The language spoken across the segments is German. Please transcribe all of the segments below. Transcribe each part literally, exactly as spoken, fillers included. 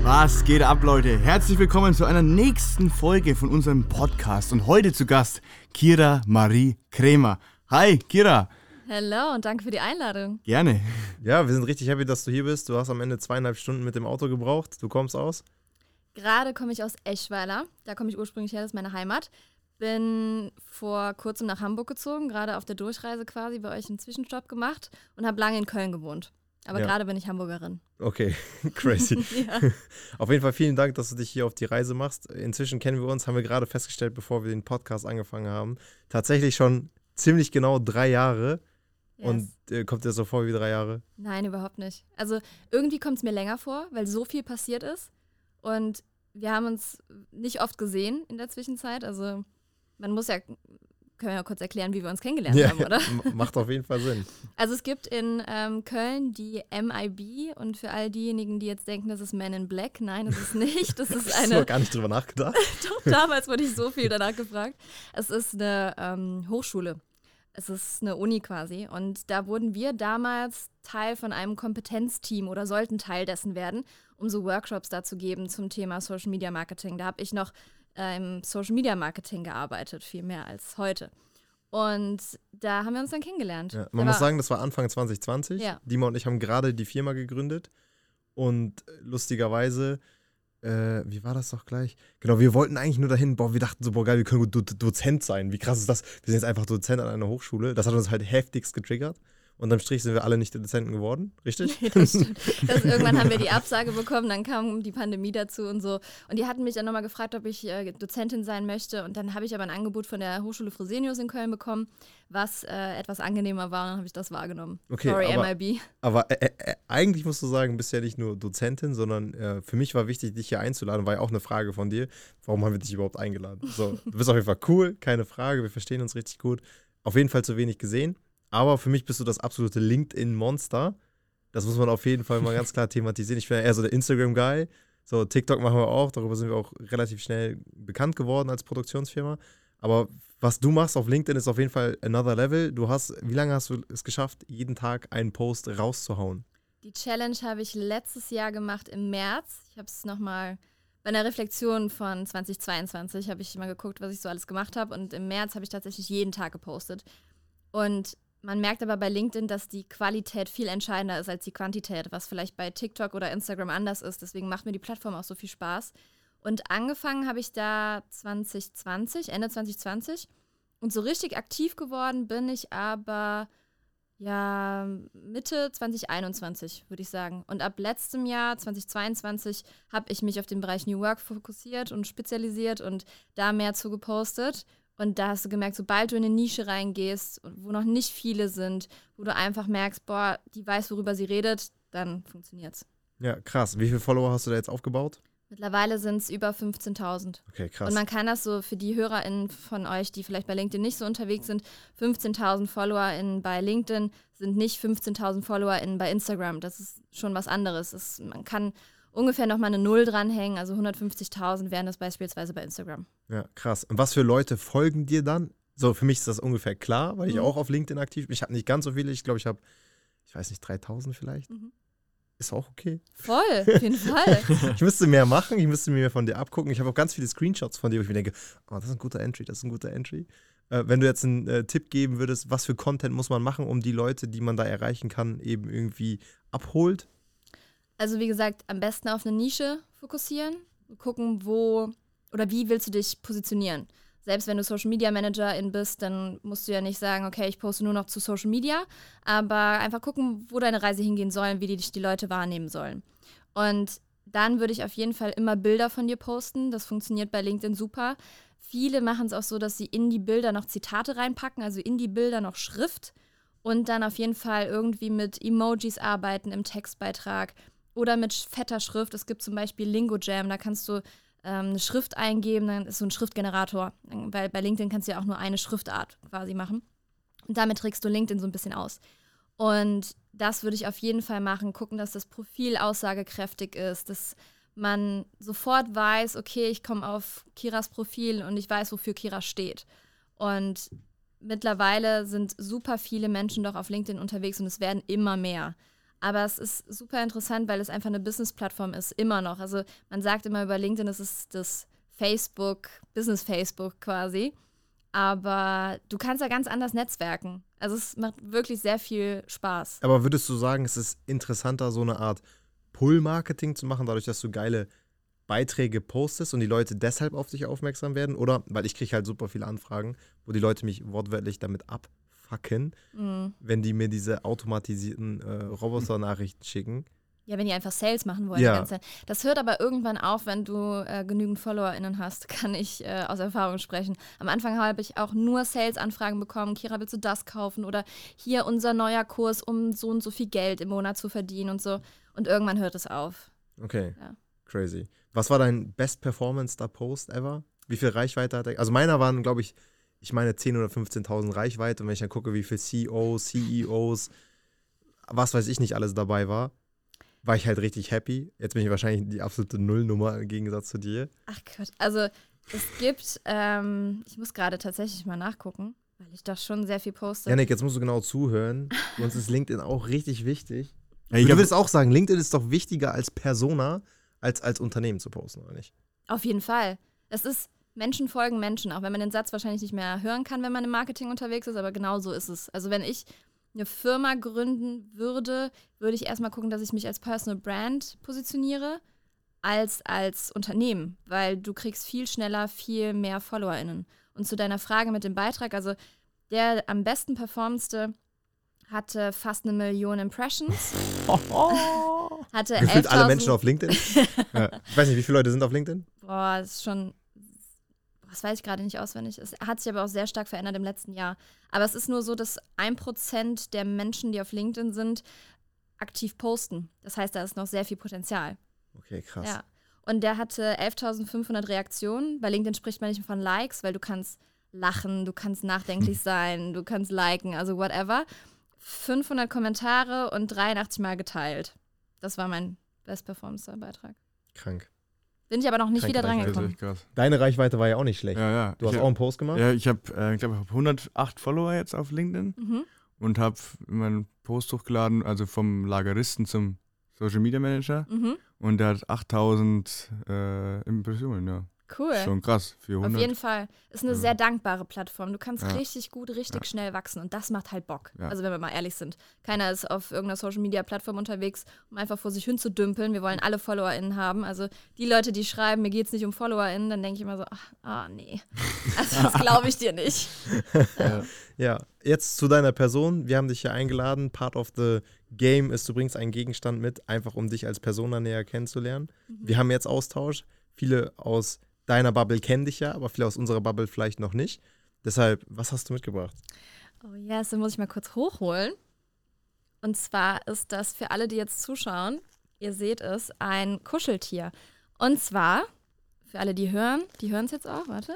Was geht ab, Leute? Herzlich willkommen zu einer nächsten Folge von unserem Podcast. Und heute zu Gast Kira Marie Kremer. Hi, Kira. Hallo und danke für die Einladung. Gerne. Ja, wir sind richtig happy, dass du hier bist. Du hast am Ende zweieinhalb Stunden mit dem Auto gebraucht. Du kommst aus? Gerade komme ich aus Eschweiler. Da komme ich ursprünglich her, das ist meine Heimat. Bin vor kurzem nach Hamburg gezogen, gerade auf der Durchreise quasi bei euch einen Zwischenstopp gemacht und habe lange in Köln gewohnt. Aber Ja. gerade bin ich Hamburgerin. Okay, crazy. Ja. Auf jeden Fall vielen Dank, dass du dich hier auf die Reise machst. Inzwischen kennen wir uns, haben wir gerade festgestellt, bevor wir den Podcast angefangen haben. Tatsächlich schon ziemlich genau drei Jahre. Yes. Und äh, kommt dir das so vor wie drei Jahre? Nein, überhaupt nicht. Also irgendwie kommt es mir länger vor, weil so viel passiert ist. Und wir haben uns nicht oft gesehen in der Zwischenzeit. Also man muss ja, können wir ja kurz erklären, wie wir uns kennengelernt Ja, haben, oder? m- macht auf jeden Fall Sinn. Also es gibt in ähm, Köln die M I B und für all diejenigen, die jetzt denken, das ist Men in Black, nein, das ist nicht. Das ist Hast du eine, noch gar nicht drüber nachgedacht? doch, damals wurde ich so viel danach gefragt. Es ist eine ähm, Hochschule. Es ist eine Uni quasi und da wurden wir damals Teil von einem Kompetenzteam oder sollten Teil dessen werden, um so Workshops dazu geben zum Thema Social Media Marketing. Da habe ich noch äh, im Social Media Marketing gearbeitet, viel mehr als heute. Und da haben wir uns dann kennengelernt. Ja, Da man muss war- sagen, das war Anfang zwanzig zwanzig. Ja. Dima und ich haben gerade die Firma gegründet. Und lustigerweise, äh, wie war das doch gleich? Genau, wir wollten eigentlich nur dahin, boah, wir dachten so, boah, geil, wir können gut Do- Dozent sein. Wie krass ist das? Wir sind jetzt einfach Dozent an einer Hochschule. Das hat uns halt heftigst getriggert. Und am Strich sind wir alle nicht Dozenten geworden, richtig? Nee, das stimmt. Das, irgendwann haben wir die Absage bekommen, dann kam die Pandemie dazu und so. Und die hatten mich dann nochmal gefragt, ob ich äh, Dozentin sein möchte. Und dann habe ich aber ein Angebot von der Hochschule Fresenius in Köln bekommen, was äh, etwas angenehmer war. Und dann habe ich das wahrgenommen. Okay, Sorry, aber- M I B. Aber äh, äh, eigentlich musst du sagen, bist ja nicht nur Dozentin, sondern äh, für mich war wichtig, dich hier einzuladen. War ja auch eine Frage von dir. Warum haben wir dich überhaupt eingeladen? So, du bist auf jeden Fall cool, keine Frage. Wir verstehen uns richtig gut. Auf jeden Fall zu wenig gesehen. Aber für mich bist du das absolute LinkedIn-Monster. Das muss man auf jeden Fall mal ganz klar thematisieren. Ich bin ja eher so der Instagram-Guy. So, TikTok machen wir auch. Darüber sind wir auch relativ schnell bekannt geworden als Produktionsfirma. Aber was du machst auf LinkedIn ist auf jeden Fall another level. Du hast, wie lange hast du es geschafft, jeden Tag einen Post rauszuhauen? Die Challenge habe ich letztes Jahr gemacht im März. Ich habe es nochmal bei einer Reflexion von zwanzig zweiundzwanzig habe ich mal geguckt, was ich so alles gemacht habe. Und im März habe ich tatsächlich jeden Tag gepostet. Und man merkt aber bei LinkedIn, dass die Qualität viel entscheidender ist als die Quantität, was vielleicht bei TikTok oder Instagram anders ist. Deswegen macht mir die Plattform auch so viel Spaß. Und angefangen habe ich da zwanzig zwanzig, Ende zwanzig zwanzig. Und so richtig aktiv geworden bin ich aber ja Mitte zwanzig einundzwanzig, würde ich sagen. Und ab letztem Jahr, zwanzig zweiundzwanzig, habe ich mich auf den Bereich New Work fokussiert und spezialisiert und da mehr zu gepostet. Und da hast du gemerkt, sobald du in eine Nische reingehst, wo noch nicht viele sind, wo du einfach merkst, boah, die weiß, worüber sie redet, dann funktioniert's. Ja, krass. Wie viele Follower hast du da jetzt aufgebaut? Mittlerweile sind es über fünfzehntausend. Okay, krass. Und man kann das so für die HörerInnen von euch, die vielleicht bei LinkedIn nicht so unterwegs sind, fünfzehntausend FollowerInnen bei LinkedIn sind nicht fünfzehntausend FollowerInnen bei Instagram. Das ist schon was anderes. Das, man kann ungefähr nochmal eine Null dranhängen, also hundertfünfzigtausend wären das beispielsweise bei Instagram. Ja, krass. Und was für Leute folgen dir dann? So, für mich ist das ungefähr klar, weil ich Mhm. auch auf LinkedIn aktiv bin. Ich habe nicht ganz so viele. Ich glaube, ich habe, ich weiß nicht, dreitausend vielleicht. Mhm. Ist auch okay. Voll, auf jeden Fall. Ich müsste mehr machen. Ich müsste mir mehr von dir abgucken. Ich habe auch ganz viele Screenshots von dir, wo ich mir denke, oh, das ist ein guter Entry, das ist ein guter Entry. Äh, wenn du jetzt einen äh, Tipp geben würdest, was für Content muss man machen, um die Leute, die man da erreichen kann, eben irgendwie abholt? Also wie gesagt, am besten auf eine Nische fokussieren, gucken, wo oder wie willst du dich positionieren. Selbst wenn du Social Media Managerin bist, dann musst du ja nicht sagen, okay, ich poste nur noch zu Social Media, aber einfach gucken, wo deine Reise hingehen soll, wie die, dich die Leute wahrnehmen sollen. Und dann würde ich auf jeden Fall immer Bilder von dir posten. Das funktioniert bei LinkedIn super. Viele machen es auch so, dass sie in die Bilder noch Zitate reinpacken, also in die Bilder noch Schrift und dann auf jeden Fall irgendwie mit Emojis arbeiten im Textbeitrag oder mit fetter Schrift. Es gibt zum Beispiel LingoJam, da kannst du ähm, eine Schrift eingeben, dann ist so ein Schriftgenerator, weil bei LinkedIn kannst du ja auch nur eine Schriftart quasi machen. Und damit trägst du LinkedIn so ein bisschen aus. Und das würde ich auf jeden Fall machen, gucken, dass das Profil aussagekräftig ist, dass man sofort weiß, okay, ich komme auf Kiras Profil und ich weiß, wofür Kira steht. Und mittlerweile sind super viele Menschen doch auf LinkedIn unterwegs und es werden immer mehr. Aber es ist super interessant, weil es einfach eine Business-Plattform ist, immer noch. Also man sagt immer über LinkedIn, es ist das Facebook, Business-Facebook quasi. Aber du kannst da ganz anders netzwerken. Also es macht wirklich sehr viel Spaß. Aber würdest du sagen, es ist interessanter, so eine Art Pull-Marketing zu machen, dadurch, dass du geile Beiträge postest und die Leute deshalb auf dich aufmerksam werden? Oder, weil ich kriege halt super viele Anfragen, wo die Leute mich wortwörtlich damit abfucken, Mhm. wenn die mir diese automatisierten äh, Roboter-Nachrichten schicken. Ja, wenn die einfach Sales machen wollen Ja. die ganze Zeit. Das hört aber irgendwann auf, wenn du äh, genügend FollowerInnen hast, kann ich äh, aus Erfahrung sprechen. Am Anfang habe ich auch nur Sales-Anfragen bekommen. Kira, willst du das kaufen? Oder hier unser neuer Kurs, um so und so viel Geld im Monat zu verdienen und so. Und irgendwann hört es auf. Okay, Ja. crazy. Was war dein Best-Performance-Post ever? Wie viel Reichweite hat er? Also meiner waren, glaube ich, ich meine zehntausend oder fünfzehntausend Reichweite. Und wenn ich dann gucke, wie viel C E Os, C E Os, was weiß ich nicht alles dabei war, war ich halt richtig happy. Jetzt bin ich wahrscheinlich die absolute Nullnummer im Gegensatz zu dir. Ach Gott, also es gibt, ähm, ich muss gerade tatsächlich mal nachgucken, weil ich doch schon sehr viel poste. Janik, jetzt musst du genau zuhören. Für uns ist LinkedIn auch richtig wichtig. Ja, ich du hab- würdest auch sagen, LinkedIn ist doch wichtiger als Persona, als als Unternehmen zu posten, oder nicht? Auf jeden Fall. Es ist, Menschen folgen Menschen, auch wenn man den Satz wahrscheinlich nicht mehr hören kann, wenn man im Marketing unterwegs ist, aber genau so ist es. Also wenn ich eine Firma gründen würde, würde ich erstmal gucken, dass ich mich als Personal Brand positioniere, als als Unternehmen, weil du kriegst viel schneller viel mehr FollowerInnen. Und zu deiner Frage mit dem Beitrag, also der am besten performendste hatte fast eine Million Impressions. Hatte Gefühlt alle elftausend Menschen auf LinkedIn. Ja. Ich weiß nicht, wie viele Leute sind auf LinkedIn? Boah, das ist schon, das weiß ich gerade nicht auswendig. Es hat sich aber auch sehr stark verändert im letzten Jahr. Aber es ist nur so, dass ein Prozent der Menschen, die auf LinkedIn sind, aktiv posten. Das heißt, da ist noch sehr viel Potenzial. Okay, krass. Ja. Und der hatte elftausendfünfhundert Reaktionen. Bei LinkedIn spricht man nicht von Likes, weil du kannst lachen, du kannst nachdenklich sein, du kannst liken, also whatever. fünfhundert Kommentare und dreiundachtzig Mal geteilt. Das war mein Best-Performance-Beitrag. Krank. Bin ich aber noch nicht Kranke wieder dran Das ist gekommen. echt krass. Deine Reichweite war ja auch nicht schlecht. Ja, ja. Du hast ich auch einen Post gemacht? Ja, ich habe, äh, ich glaube, ich habe hundertacht Follower jetzt auf LinkedIn Mhm. und habe meinen Post hochgeladen, also vom Lageristen zum Social Media Manager. Mhm. Und der hat achttausend äh, Impressionen, ja. Cool. Schon krass, Auf vierhundert. jeden Fall. Ist eine Ja. sehr dankbare Plattform. Du kannst Ja. richtig gut, richtig Ja. schnell wachsen und das macht halt Bock. Ja. Also wenn wir mal ehrlich sind. Keiner ist auf irgendeiner Social-Media-Plattform unterwegs, um einfach vor sich hin zu dümpeln. Wir wollen alle FollowerInnen haben. Also die Leute, die schreiben, mir geht es nicht um FollowerInnen, dann denke ich immer so, ach, ah, nee. Also das glaube ich dir nicht. Ja. Ja, jetzt zu deiner Person. Wir haben dich hier eingeladen. Part of the game ist, du bringst einen Gegenstand mit, einfach um dich als Persona näher kennenzulernen. Mhm. Wir haben jetzt Austausch. Viele aus deiner Bubble kennen dich ja, aber viele aus unserer Bubble vielleicht noch nicht. Deshalb, was hast du mitgebracht? Oh yes, dann muss ich mal kurz hochholen. Und zwar ist das für alle, die jetzt zuschauen, ihr seht es, ein Kuscheltier. Und zwar, für alle, die hören, die hören es jetzt auch, warte.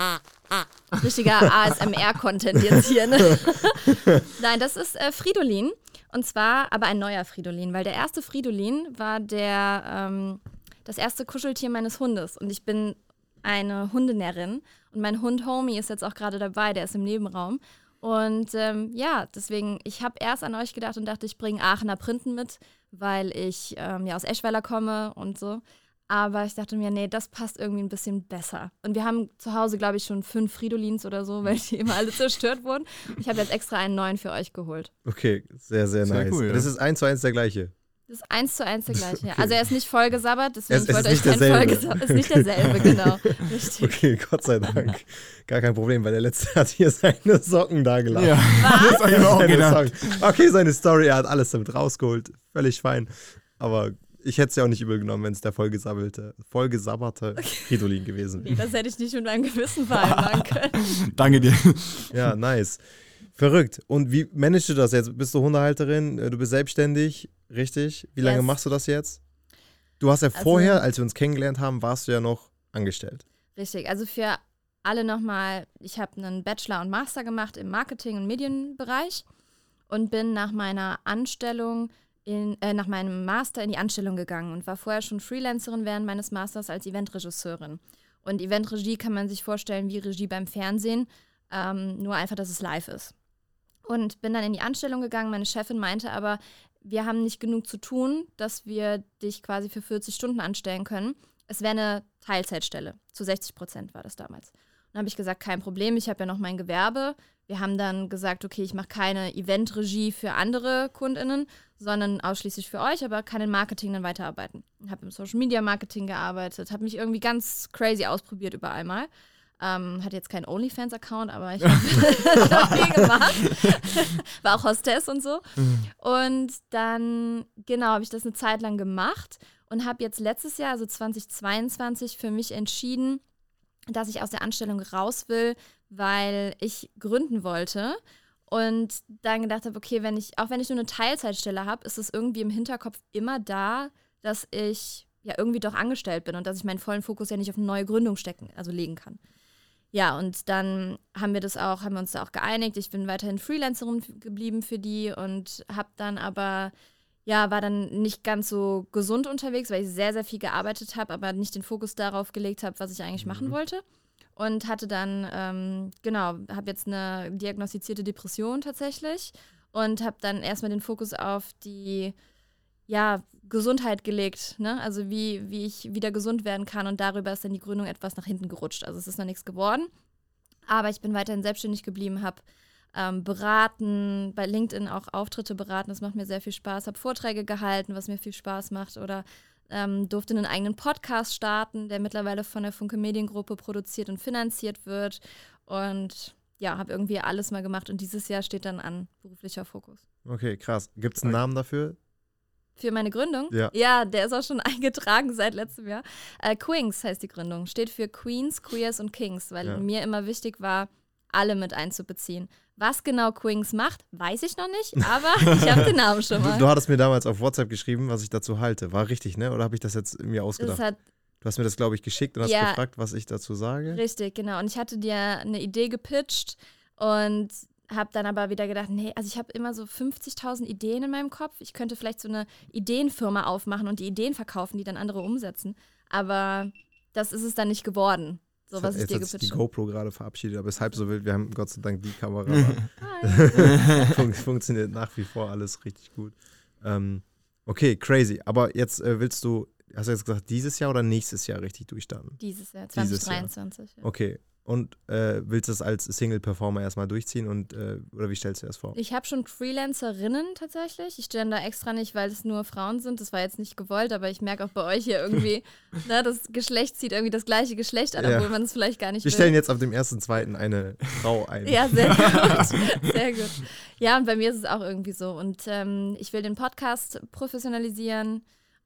Richtiger A S M R-Content jetzt hier, ne? Nein, das ist äh, Fridolin. Und zwar aber ein neuer Fridolin, weil der erste Fridolin war der, ähm, das erste Kuscheltier meines Hundes. Und ich bin eine Hundenärrin. Und mein Hund Homie ist jetzt auch gerade dabei, der ist im Nebenraum. Und ähm, ja, deswegen, ich habe erst an euch gedacht und dachte, ich bringe Aachener Printen mit, weil ich ähm, ja aus Eschweiler komme und so. Aber ich dachte mir, nee, das passt irgendwie ein bisschen besser. Und wir haben zu Hause, glaube ich, schon fünf Fridolins oder so, weil die immer alle zerstört wurden. Ich habe jetzt extra einen neuen für euch geholt. Okay, sehr, sehr, Sehr nice. cool, ja. Das ist eins zu eins der gleiche. Das ist eins zu eins der gleiche. Ja. Okay. Also er ist nicht vollgesabbert, deswegen Es- es ich wollte ist euch nicht keinen derselbe. vollgesabbert. Ist nicht derselbe, genau. Richtig. Okay, Gott sei Dank. Gar kein Problem, weil der Letzte hat hier seine Socken da gelassen. Ja, das habe ich mir auch Seine gedacht. Socken. Okay, seine Story, er hat alles damit rausgeholt. Völlig fein. Aber ich hätte es ja auch nicht übel genommen, wenn es der vollgesabbelte, vollgesabberte Fridolin gewesen Nee, wäre. das hätte ich nicht mit meinem Gewissen vereinbaren können. Danke dir. Ja, nice. Verrückt. Und wie managst du das jetzt? Bist du Hundehalterin? Du bist selbstständig, richtig? Wie lange Yes. machst du das jetzt? Du hast ja Also- vorher, als wir uns kennengelernt haben, warst du ja noch angestellt. Richtig, also für alle nochmal, ich habe einen Bachelor und Master gemacht im Marketing- und Medienbereich und bin nach meiner Anstellung, in, äh, nach meinem Master in die Anstellung gegangen und war vorher schon Freelancerin während meines Masters als Eventregisseurin. Und Eventregie kann man sich vorstellen wie Regie beim Fernsehen, ähm, nur einfach, dass es live ist. Und bin dann in die Anstellung gegangen. Meine Chefin meinte aber, wir haben nicht genug zu tun, dass wir dich quasi für vierzig Stunden anstellen können. Es wäre eine Teilzeitstelle. Zu sechzig Prozent war das damals. Dann habe ich gesagt, kein Problem, ich habe ja noch mein Gewerbe. Wir haben dann gesagt, okay, ich mache keine Eventregie für andere KundInnen, sondern ausschließlich für euch, aber kann im Marketing dann weiterarbeiten. Ich habe im Social Media Marketing gearbeitet, habe mich irgendwie ganz crazy ausprobiert überall mal. Ähm, hatte jetzt keinen OnlyFans-Account, aber ich habe viel gemacht. War auch Hostess und so. Und dann, genau, habe ich das eine Zeit lang gemacht und habe jetzt letztes Jahr, also zwanzig zweiundzwanzig, für mich entschieden, dass ich aus der Anstellung raus will, weil ich gründen wollte. Und dann gedacht habe, okay, wenn ich, auch wenn ich nur eine Teilzeitstelle habe, ist es irgendwie im Hinterkopf immer da, dass ich ja irgendwie doch angestellt bin und dass ich meinen vollen Fokus ja nicht auf eine neue Gründung stecken, also legen kann. Ja, und dann haben wir das auch, haben wir uns da auch geeinigt. Ich bin weiterhin Freelancerin geblieben für die und habe dann aber, ja, war dann nicht ganz so gesund unterwegs, weil ich sehr, sehr viel gearbeitet habe, aber nicht den Fokus darauf gelegt habe, was ich eigentlich mhm. machen wollte. Und hatte dann, ähm, genau, habe jetzt eine diagnostizierte Depression tatsächlich und habe dann erstmal den Fokus auf die, ja, Gesundheit gelegt, ne? Also wie, wie ich wieder gesund werden kann und darüber ist dann die Gründung etwas nach hinten gerutscht. Also es ist noch nichts geworden, aber ich bin weiterhin selbstständig geblieben, habe ähm, beraten, bei LinkedIn auch Auftritte beraten, das macht mir sehr viel Spaß, habe Vorträge gehalten, was mir viel Spaß macht oder ähm, durfte einen eigenen Podcast starten, der mittlerweile von der Funke Mediengruppe produziert und finanziert wird und ja, habe irgendwie alles mal gemacht und dieses Jahr steht dann an beruflicher Fokus. Okay, krass. Gibt es einen Namen dafür? Für meine Gründung? Ja. Ja, der ist auch schon eingetragen seit letztem Jahr. Äh, Queens heißt die Gründung. Steht für Queens, Queers und Kings, weil ja. mir immer wichtig war, alle mit einzubeziehen. Was genau Queens macht, weiß ich noch nicht, aber ich habe den Namen schon mal. Du, du hattest mir damals auf WhatsApp geschrieben, was ich dazu halte. War richtig, ne? Oder habe ich das jetzt mir ausgedacht? Hat, du hast mir das, glaube ich, geschickt und hast ja, gefragt, was ich dazu sage. Richtig, genau. Und ich hatte dir eine Idee gepitcht und habe dann aber wieder gedacht, nee, also ich habe immer so fünfzigtausend Ideen in meinem Kopf. Ich könnte vielleicht so eine Ideenfirma aufmachen und die Ideen verkaufen, die dann andere umsetzen. Aber das ist es dann nicht geworden, so was ich dir gepitcht habe. Jetzt hat sich die GoPro gerade verabschiedet, aber es ist halb so wild. Wir haben Gott sei Dank die Kamera. Fun- funktioniert nach wie vor alles richtig gut. Ähm, okay, crazy. Aber jetzt äh, willst du, hast du jetzt gesagt, dieses Jahr oder nächstes Jahr richtig durchstarten? Dieses Jahr, zwanzig dreiundzwanzig. Dieses Jahr. Ja. Okay. Und äh, willst du das als Single-Performer erstmal durchziehen und äh, oder wie stellst du das vor? Ich habe schon Freelancerinnen tatsächlich. Ich stelle da extra nicht, weil es nur Frauen sind. Das war jetzt nicht gewollt, aber ich merke auch bei euch hier irgendwie, ne, das Geschlecht zieht irgendwie das gleiche Geschlecht an, ja. obwohl man es vielleicht gar nicht Wir will. stellen jetzt ab dem ersten zweiten eine Frau ein. Ja, sehr gut. Sehr gut. Ja, und bei mir ist es auch irgendwie so. Und ähm, ich will den Podcast professionalisieren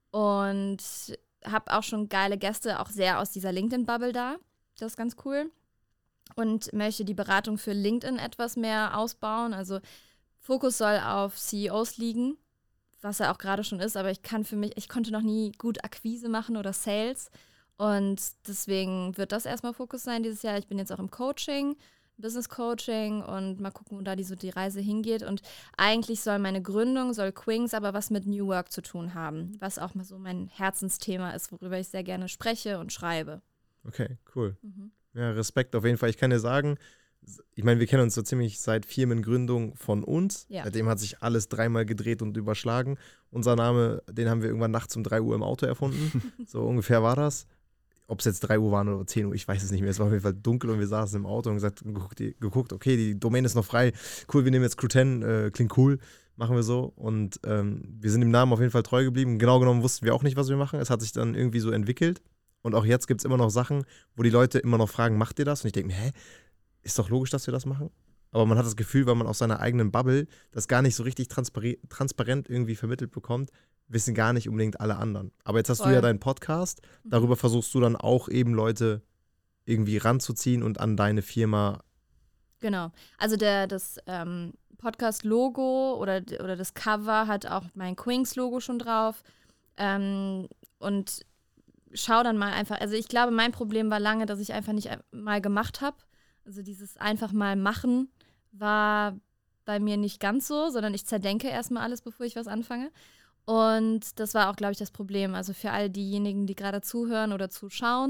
und habe auch schon geile Gäste, auch sehr aus dieser LinkedIn-Bubble da. Das ist ganz cool. Und möchte die Beratung für LinkedIn etwas mehr ausbauen. Also Fokus soll auf C E Os liegen, was er auch gerade schon ist, aber ich kann für mich, ich konnte noch nie gut Akquise machen oder Sales. Und deswegen wird das erstmal Fokus sein dieses Jahr. Ich bin jetzt auch im Coaching, Business Coaching und mal gucken, wo da die, so die Reise hingeht. Und eigentlich soll meine Gründung, soll Queens aber was mit New Work zu tun haben, was auch mal so mein Herzensthema ist, worüber ich sehr gerne spreche und schreibe. Okay, cool. Mhm. Ja, Respekt auf jeden Fall. Ich kann dir sagen, ich meine, wir kennen uns so ziemlich seit Firmengründung von uns. Ja. Seitdem hat sich alles dreimal gedreht und überschlagen. Unser Name, den haben wir irgendwann nachts um drei Uhr im Auto erfunden. So ungefähr war das. Ob es jetzt drei Uhr waren oder zehn Uhr, ich weiß es nicht mehr. Es war auf jeden Fall dunkel und wir saßen im Auto und gesagt, geguckt, geguckt okay, die Domain ist noch frei. Cool, wir nehmen jetzt Crew zehn, äh, klingt cool. Machen wir so. Und ähm, wir sind dem Namen auf jeden Fall treu geblieben. Genau genommen wussten wir auch nicht, was wir machen. Es hat sich dann irgendwie so entwickelt. Und auch jetzt gibt es immer noch Sachen, wo die Leute immer noch fragen, macht ihr das? Und ich denke mir, hä, ist doch logisch, dass wir das machen. Aber man hat das Gefühl, weil man aus seiner eigenen Bubble das gar nicht so richtig transpar- transparent irgendwie vermittelt bekommt, wissen gar nicht unbedingt alle anderen. Aber jetzt hast Voll. du ja deinen Podcast, darüber versuchst du dann auch eben Leute irgendwie ranzuziehen und an deine Firma. Genau. Also der, das ähm, Podcast-Logo oder, oder das Cover hat auch mein Queens-Logo schon drauf. Ähm, und schau dann mal einfach, also ich glaube, mein Problem war lange, dass ich einfach nicht mal gemacht habe. Also dieses einfach mal machen war bei mir nicht ganz so, sondern ich zerdenke erstmal alles, bevor ich was anfange. Und das war auch, glaube ich, das Problem. Also für all diejenigen, die gerade zuhören oder zuschauen,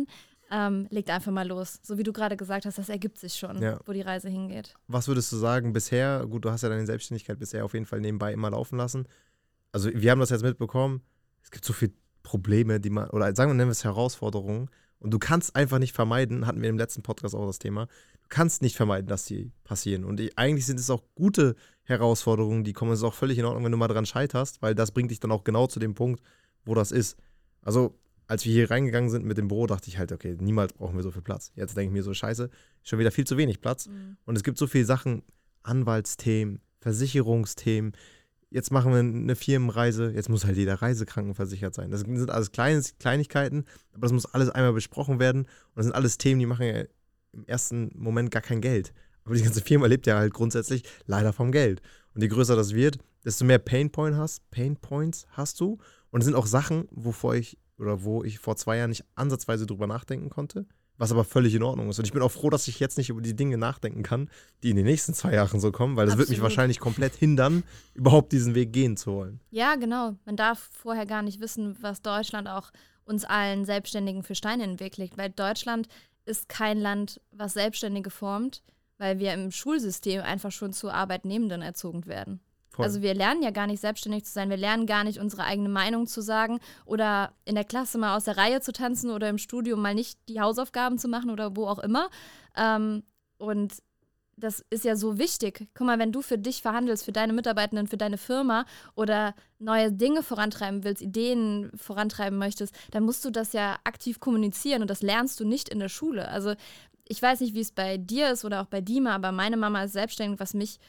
ähm, legt einfach mal los. So wie du gerade gesagt hast, das ergibt sich schon, Ja. wo die Reise hingeht. Was würdest du sagen, bisher, gut, du hast ja deine Selbstständigkeit bisher auf jeden Fall nebenbei immer laufen lassen. Also wir haben das jetzt mitbekommen, es gibt so viele Probleme, die man, oder sagen wir, nennen wir es Herausforderungen, und du kannst einfach nicht vermeiden, hatten wir im letzten Podcast auch das Thema, du kannst nicht vermeiden, dass die passieren. Und ich, eigentlich sind es auch gute Herausforderungen, die kommen. Es ist auch völlig in Ordnung, wenn du mal dran scheiterst, weil das bringt dich dann auch genau zu dem Punkt, wo das ist. Also, als wir hier reingegangen sind mit dem Büro, dachte ich halt, okay, niemals brauchen wir so viel Platz. Jetzt denke ich mir so, scheiße, schon wieder viel zu wenig Platz. Mhm. Und es gibt so viele Sachen, Anwaltsthemen, Versicherungsthemen. Jetzt machen wir eine Firmenreise, jetzt muss halt jeder reisekrankenversichert sein. Das sind alles kleine Kleinigkeiten, aber das muss alles einmal besprochen werden. Und das sind alles Themen, die machen ja im ersten Moment gar kein Geld. Aber die ganze Firma lebt ja halt grundsätzlich leider vom Geld. Und je größer das wird, desto mehr Painpoint hast, Painpoints hast du. Und es sind auch Sachen, wovor ich, oder wo ich vor zwei Jahren nicht ansatzweise drüber nachdenken konnte, was aber völlig in Ordnung ist. Und ich bin auch froh, dass ich jetzt nicht über die Dinge nachdenken kann, die in den nächsten zwei Jahren so kommen, weil das wird mich Absolut. wahrscheinlich komplett hindern, überhaupt diesen Weg gehen zu wollen. Ja, genau. Man darf vorher gar nicht wissen, was Deutschland auch uns allen Selbstständigen für Steine in den Weg legt. Weil Deutschland ist kein Land, was Selbstständige formt, weil wir im Schulsystem einfach schon zu Arbeitnehmenden erzogen werden. Voll. Also wir lernen ja gar nicht selbstständig zu sein. Wir lernen gar nicht, unsere eigene Meinung zu sagen oder in der Klasse mal aus der Reihe zu tanzen oder im Studium mal nicht die Hausaufgaben zu machen oder wo auch immer. Ähm, und das ist ja so wichtig. Guck mal, wenn du für dich verhandelst, für deine Mitarbeitenden, für deine Firma oder neue Dinge vorantreiben willst, Ideen vorantreiben möchtest, dann musst du das ja aktiv kommunizieren und das lernst du nicht in der Schule. Also ich weiß nicht, wie es bei dir ist oder auch bei Dima, aber meine Mama ist selbstständig, was mich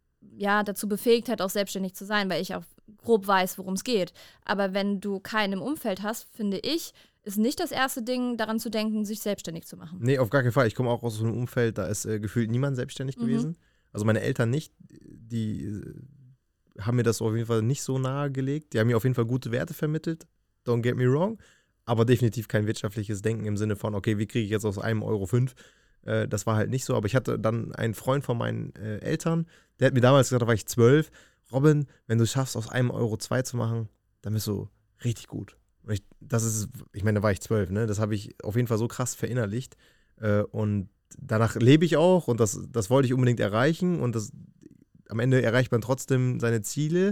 ja dazu befähigt hat, auch selbstständig zu sein, weil ich auch grob weiß, worum es geht. Aber wenn du keinen im Umfeld hast, finde ich, ist nicht das erste Ding, daran zu denken, sich selbstständig zu machen. Nee, auf gar keinen Fall. Ich komme auch aus so einem Umfeld, da ist äh, gefühlt niemand selbstständig Mhm. gewesen. Also meine Eltern nicht. Die äh, haben mir das auf jeden Fall nicht so nahegelegt. Die haben mir auf jeden Fall gute Werte vermittelt. Don't get me wrong. Aber definitiv kein wirtschaftliches Denken im Sinne von, okay, wie kriege ich jetzt aus einem Euro fünf? Äh, das war halt nicht so. Aber ich hatte dann einen Freund von meinen äh, Eltern, der hat mir damals gesagt, da war ich zwölf, Robin, wenn du es schaffst, aus einem Euro zwei zu machen, dann bist du richtig gut. Und ich, das ist, ich meine, da war ich zwölf, ne? Das habe ich auf jeden Fall so krass verinnerlicht. Äh, und danach lebe ich auch und das, das wollte ich unbedingt erreichen. Und das, am Ende erreicht man trotzdem seine Ziele.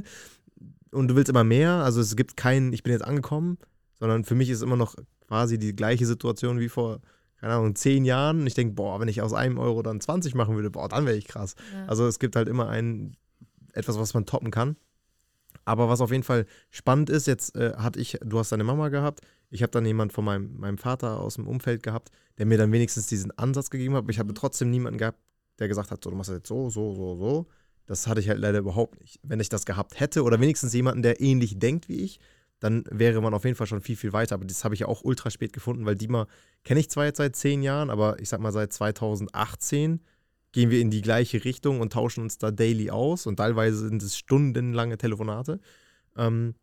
Und du willst immer mehr. Also es gibt keinen, ich bin jetzt angekommen, sondern für mich ist immer noch quasi die gleiche Situation wie vor, keine Ahnung, zehn Jahren. Und ich denke, boah, wenn ich aus einem Euro dann zwanzig machen würde, boah, dann wäre ich krass. Ja. Also es gibt halt immer ein, etwas, was man toppen kann. Aber was auf jeden Fall spannend ist, jetzt äh, hatte ich, du hast deine Mama gehabt, ich habe dann jemanden von meinem, meinem Vater aus dem Umfeld gehabt, der mir dann wenigstens diesen Ansatz gegeben hat, aber ich habe trotzdem niemanden gehabt, der gesagt hat, so, du machst das jetzt so, so, so, so. Das hatte ich halt leider überhaupt nicht. Wenn ich das gehabt hätte oder wenigstens jemanden, der ähnlich denkt wie ich, dann wäre man auf jeden Fall schon viel, viel weiter. Aber das habe ich ja auch ultra spät gefunden, weil Dima kenne ich zwar jetzt seit zehn Jahren, aber ich sag mal seit zweitausendachtzehn gehen wir in die gleiche Richtung und tauschen uns da daily aus und teilweise sind es stundenlange Telefonate. Ähm,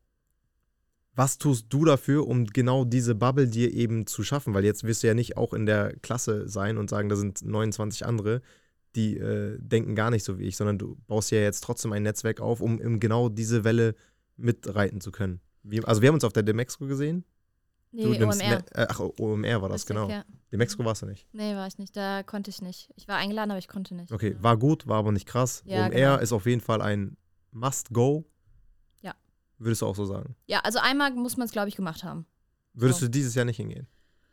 was tust du dafür, um genau diese Bubble dir eben zu schaffen? Weil jetzt wirst du ja nicht auch in der Klasse sein und sagen, da sind neunundzwanzig andere, die äh, denken gar nicht so wie ich, sondern du baust ja jetzt trotzdem ein Netzwerk auf, um, um genau diese Welle mitreiten zu können. Wie, also wir haben uns auf der Demexco gesehen. Nee, Du O nimmst M R. Ne- äh, ach, O M R war das, Richtig, genau. Ja. Demexco warst du nicht. Nee, war ich nicht. Da konnte ich nicht. Ich war eingeladen, aber ich konnte nicht. Okay, Ja. war gut, war aber nicht krass. Ja, O M R genau. ist auf jeden Fall ein Must-Go. Ja. Würdest du auch so sagen? Ja, also einmal muss man es, glaube ich, gemacht haben. Würdest So. du dieses Jahr nicht hingehen?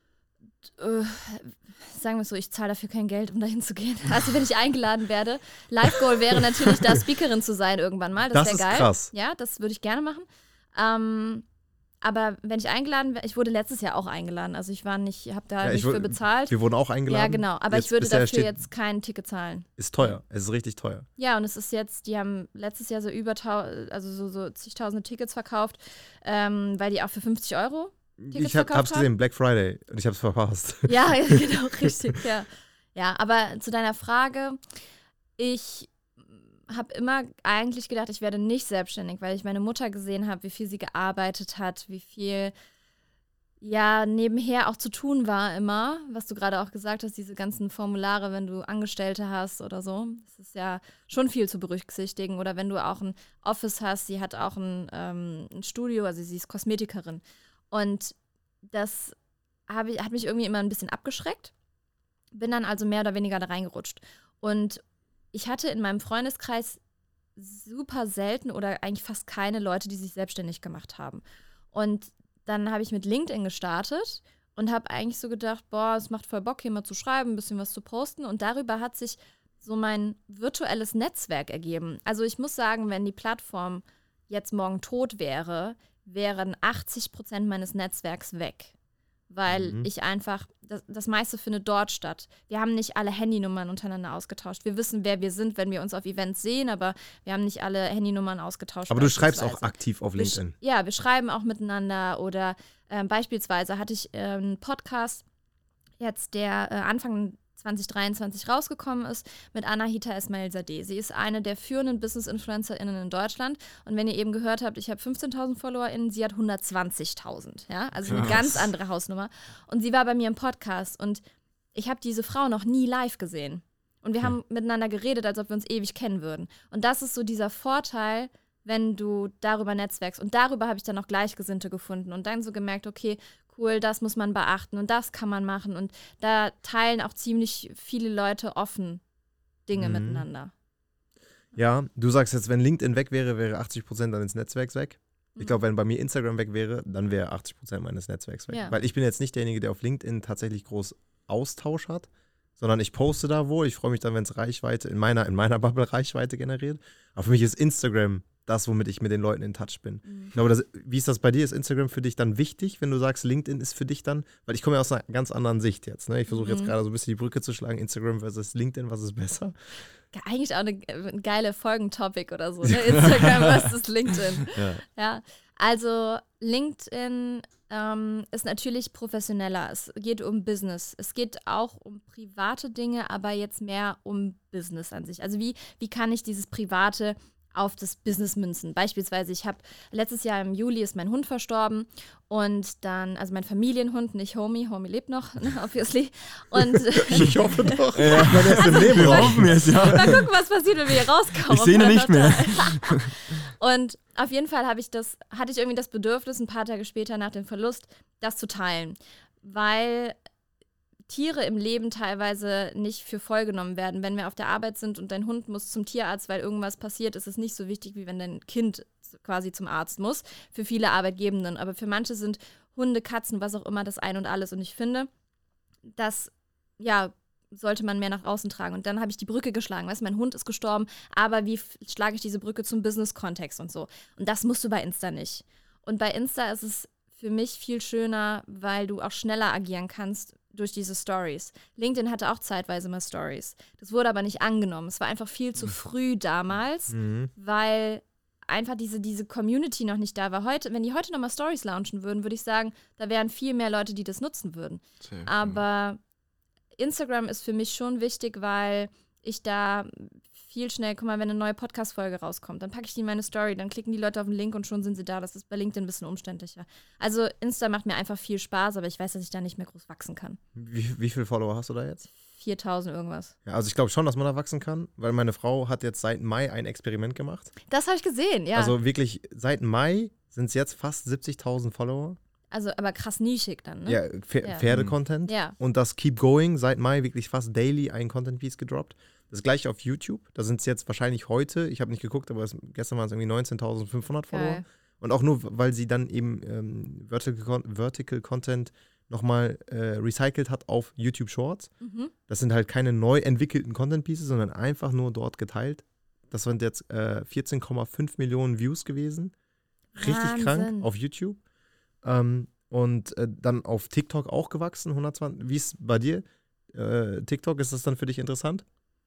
Äh, sagen wir es so, ich zahle dafür kein Geld, um dahin zu gehen. Also wenn ich eingeladen werde. Live-Goal wäre natürlich, da Speakerin zu sein irgendwann mal. Das, Das wäre ist geil. krass. Ja, das würde ich gerne machen. Ähm, aber wenn ich eingeladen wäre, ich wurde letztes Jahr auch eingeladen. Also ich war nicht, habe da Ja, ich nicht wur- für bezahlt. Wir wurden auch eingeladen. Ja, genau. Aber Jetzt ich würde bisher dafür steht- jetzt kein Ticket zahlen. Ist teuer. Es ist richtig teuer. Ja, und es ist jetzt, die haben letztes Jahr so über, tau- also so, so zigtausende Tickets verkauft, ähm, weil die auch für fünfzig Euro. Tickets ich hab, verkauft hab's gesehen, Black Friday, und ich hab's verpasst. Ja, genau, richtig, ja. Ja, aber zu deiner Frage, ich habe immer eigentlich gedacht, ich werde nicht selbstständig, weil ich meine Mutter gesehen habe, wie viel sie gearbeitet hat, wie viel ja nebenher auch zu tun war immer, was du gerade auch gesagt hast, diese ganzen Formulare, wenn du Angestellte hast oder so. Das ist ja schon viel zu berücksichtigen. Oder wenn du auch ein Office hast, sie hat auch ein, ähm, ein Studio, also sie ist Kosmetikerin. Und das hab ich, hat mich irgendwie immer ein bisschen abgeschreckt. Bin dann also mehr oder weniger da reingerutscht. Und ich hatte in meinem Freundeskreis super selten oder eigentlich fast keine Leute, die sich selbstständig gemacht haben. Und dann habe ich mit LinkedIn gestartet und habe eigentlich so gedacht, boah, es macht voll Bock, hier mal zu schreiben, ein bisschen was zu posten. Und darüber hat sich so mein virtuelles Netzwerk ergeben. Also ich muss sagen, wenn die Plattform jetzt morgen tot wäre, wären achtzig Prozent meines Netzwerks weg. Weil mhm. ich einfach, das, das meiste findet dort statt. Wir haben nicht alle Handynummern untereinander ausgetauscht. Wir wissen, wer wir sind, wenn wir uns auf Events sehen, aber wir haben nicht alle Handynummern ausgetauscht. Aber du schreibst auch aktiv auf LinkedIn. Wir, ja, wir schreiben auch miteinander oder äh, beispielsweise hatte ich äh, einen Podcast jetzt, der äh, Anfang zwanzig dreiundzwanzig rausgekommen ist, mit Anahita Esmail-Sadeh. Sie ist eine der führenden Business-InfluencerInnen in Deutschland. Und wenn ihr eben gehört habt, ich habe fünfzehntausend FollowerInnen, sie hat hundertzwanzigtausend. Ja? Also eine ganz andere Hausnummer. Und sie war bei mir im Podcast. Und ich habe diese Frau noch nie live gesehen. Und wir haben miteinander geredet, als ob wir uns ewig kennen würden. Und das ist so dieser Vorteil, wenn du darüber netzwerkst. Und darüber habe ich dann auch Gleichgesinnte gefunden. Und dann so gemerkt, okay, cool, das muss man beachten und das kann man machen. Und da teilen auch ziemlich viele Leute offen Dinge mhm. miteinander. Ja, du sagst jetzt, wenn LinkedIn weg wäre, wäre achtzig Prozent deines Netzwerks weg. Mhm. Ich glaube, wenn bei mir Instagram weg wäre, dann wäre achtzig Prozent meines Netzwerks weg. Ja. Weil ich bin jetzt nicht derjenige, der auf LinkedIn tatsächlich groß Austausch hat, sondern ich poste da wo. Ich freue mich dann, wenn es Reichweite, in meiner, in meiner Bubble Reichweite generiert. Aber für mich ist Instagram das, womit ich mit den Leuten in Touch bin. Mhm. Aber das, wie ist das bei dir? Ist Instagram für dich dann wichtig, wenn du sagst, LinkedIn ist für dich dann? Weil ich komme ja aus einer ganz anderen Sicht jetzt. Ne? Ich versuche jetzt mhm. gerade so ein bisschen die Brücke zu schlagen, Instagram versus LinkedIn, was ist besser? Eigentlich auch eine, eine geile Folgentopic oder so, ne? Instagram versus LinkedIn. Ja. ja, also LinkedIn ähm, ist natürlich professioneller. Es geht um Business. Es geht auch um private Dinge, aber jetzt mehr um Business an sich. Also wie, wie kann ich dieses Private auf das Business münzen. Beispielsweise, ich habe letztes Jahr im Juli ist mein Hund verstorben und dann, also mein Familienhund, nicht Homie, Homie lebt noch, ne, obviously. Und ich hoffe doch. Ja, also, wir hoffen es, ja. Mal gucken, was passiert, wenn wir hier rauskommen. Ich sehe ihn nicht mehr. Und auf jeden Fall habe ich das, hatte ich irgendwie das Bedürfnis, ein paar Tage später nach dem Verlust, das zu teilen. Weil Tiere im Leben teilweise nicht für voll genommen werden. Wenn wir auf der Arbeit sind und dein Hund muss zum Tierarzt, weil irgendwas passiert, ist es nicht so wichtig, wie wenn dein Kind quasi zum Arzt muss. Für viele Arbeitgebenden. Aber für manche sind Hunde, Katzen, was auch immer, das Ein und Alles. Und ich finde, das, ja, sollte man mehr nach außen tragen. Und dann habe ich die Brücke geschlagen. Weißt du, mein Hund ist gestorben, aber wie f- schlage ich diese Brücke zum Business-Kontext und so? Und das musst du bei Insta nicht. Und bei Insta ist es für mich viel schöner, weil du auch schneller agieren kannst durch diese Stories. LinkedIn hatte auch zeitweise mal Stories. Das wurde aber nicht angenommen. Es war einfach viel zu früh damals, mhm. weil einfach diese, diese Community noch nicht da war. Heute, wenn die heute nochmal Stories launchen würden, würde ich sagen, da wären viel mehr Leute, die das nutzen würden. Sehr, aber Instagram ist für mich schon wichtig, weil ich da viel schnell, guck mal, wenn eine neue Podcast-Folge rauskommt, dann packe ich die in meine Story, dann klicken die Leute auf den Link und schon sind sie da. Das ist bei LinkedIn ein bisschen umständlicher. Also Insta macht mir einfach viel Spaß, aber ich weiß, dass ich da nicht mehr groß wachsen kann. Wie, wie viele Follower hast du da jetzt? viertausend irgendwas. Ja, also ich glaube schon, dass man da wachsen kann, weil meine Frau hat jetzt seit Mai ein Experiment gemacht. Das habe ich gesehen, ja. Also wirklich, seit Mai sind es jetzt fast siebzigtausend Follower. Also aber krass nischig dann, ne? Ja, Pfer- ja. Pferde-Content. Ja. Und das Keep Going, seit Mai wirklich fast daily ein Content-Piece gedroppt. Das gleiche auf YouTube. Da sind es jetzt wahrscheinlich heute, ich habe nicht geguckt, aber es, gestern waren es irgendwie neunzehntausendfünfhundert Follower. Geil. Und auch nur, weil sie dann eben ähm, Vertical, Vertical Content nochmal äh, recycelt hat auf YouTube Shorts. Mhm. Das sind halt keine neu entwickelten Content-Pieces, sondern einfach nur dort geteilt. Das sind jetzt äh, vierzehn Komma fünf Millionen Views gewesen. Richtig Wahnsinn. Krank auf YouTube. Ähm, und äh, dann auf TikTok auch gewachsen, hundertzwanzig. Wie ist es bei dir? Äh, TikTok, ist das dann für dich interessant?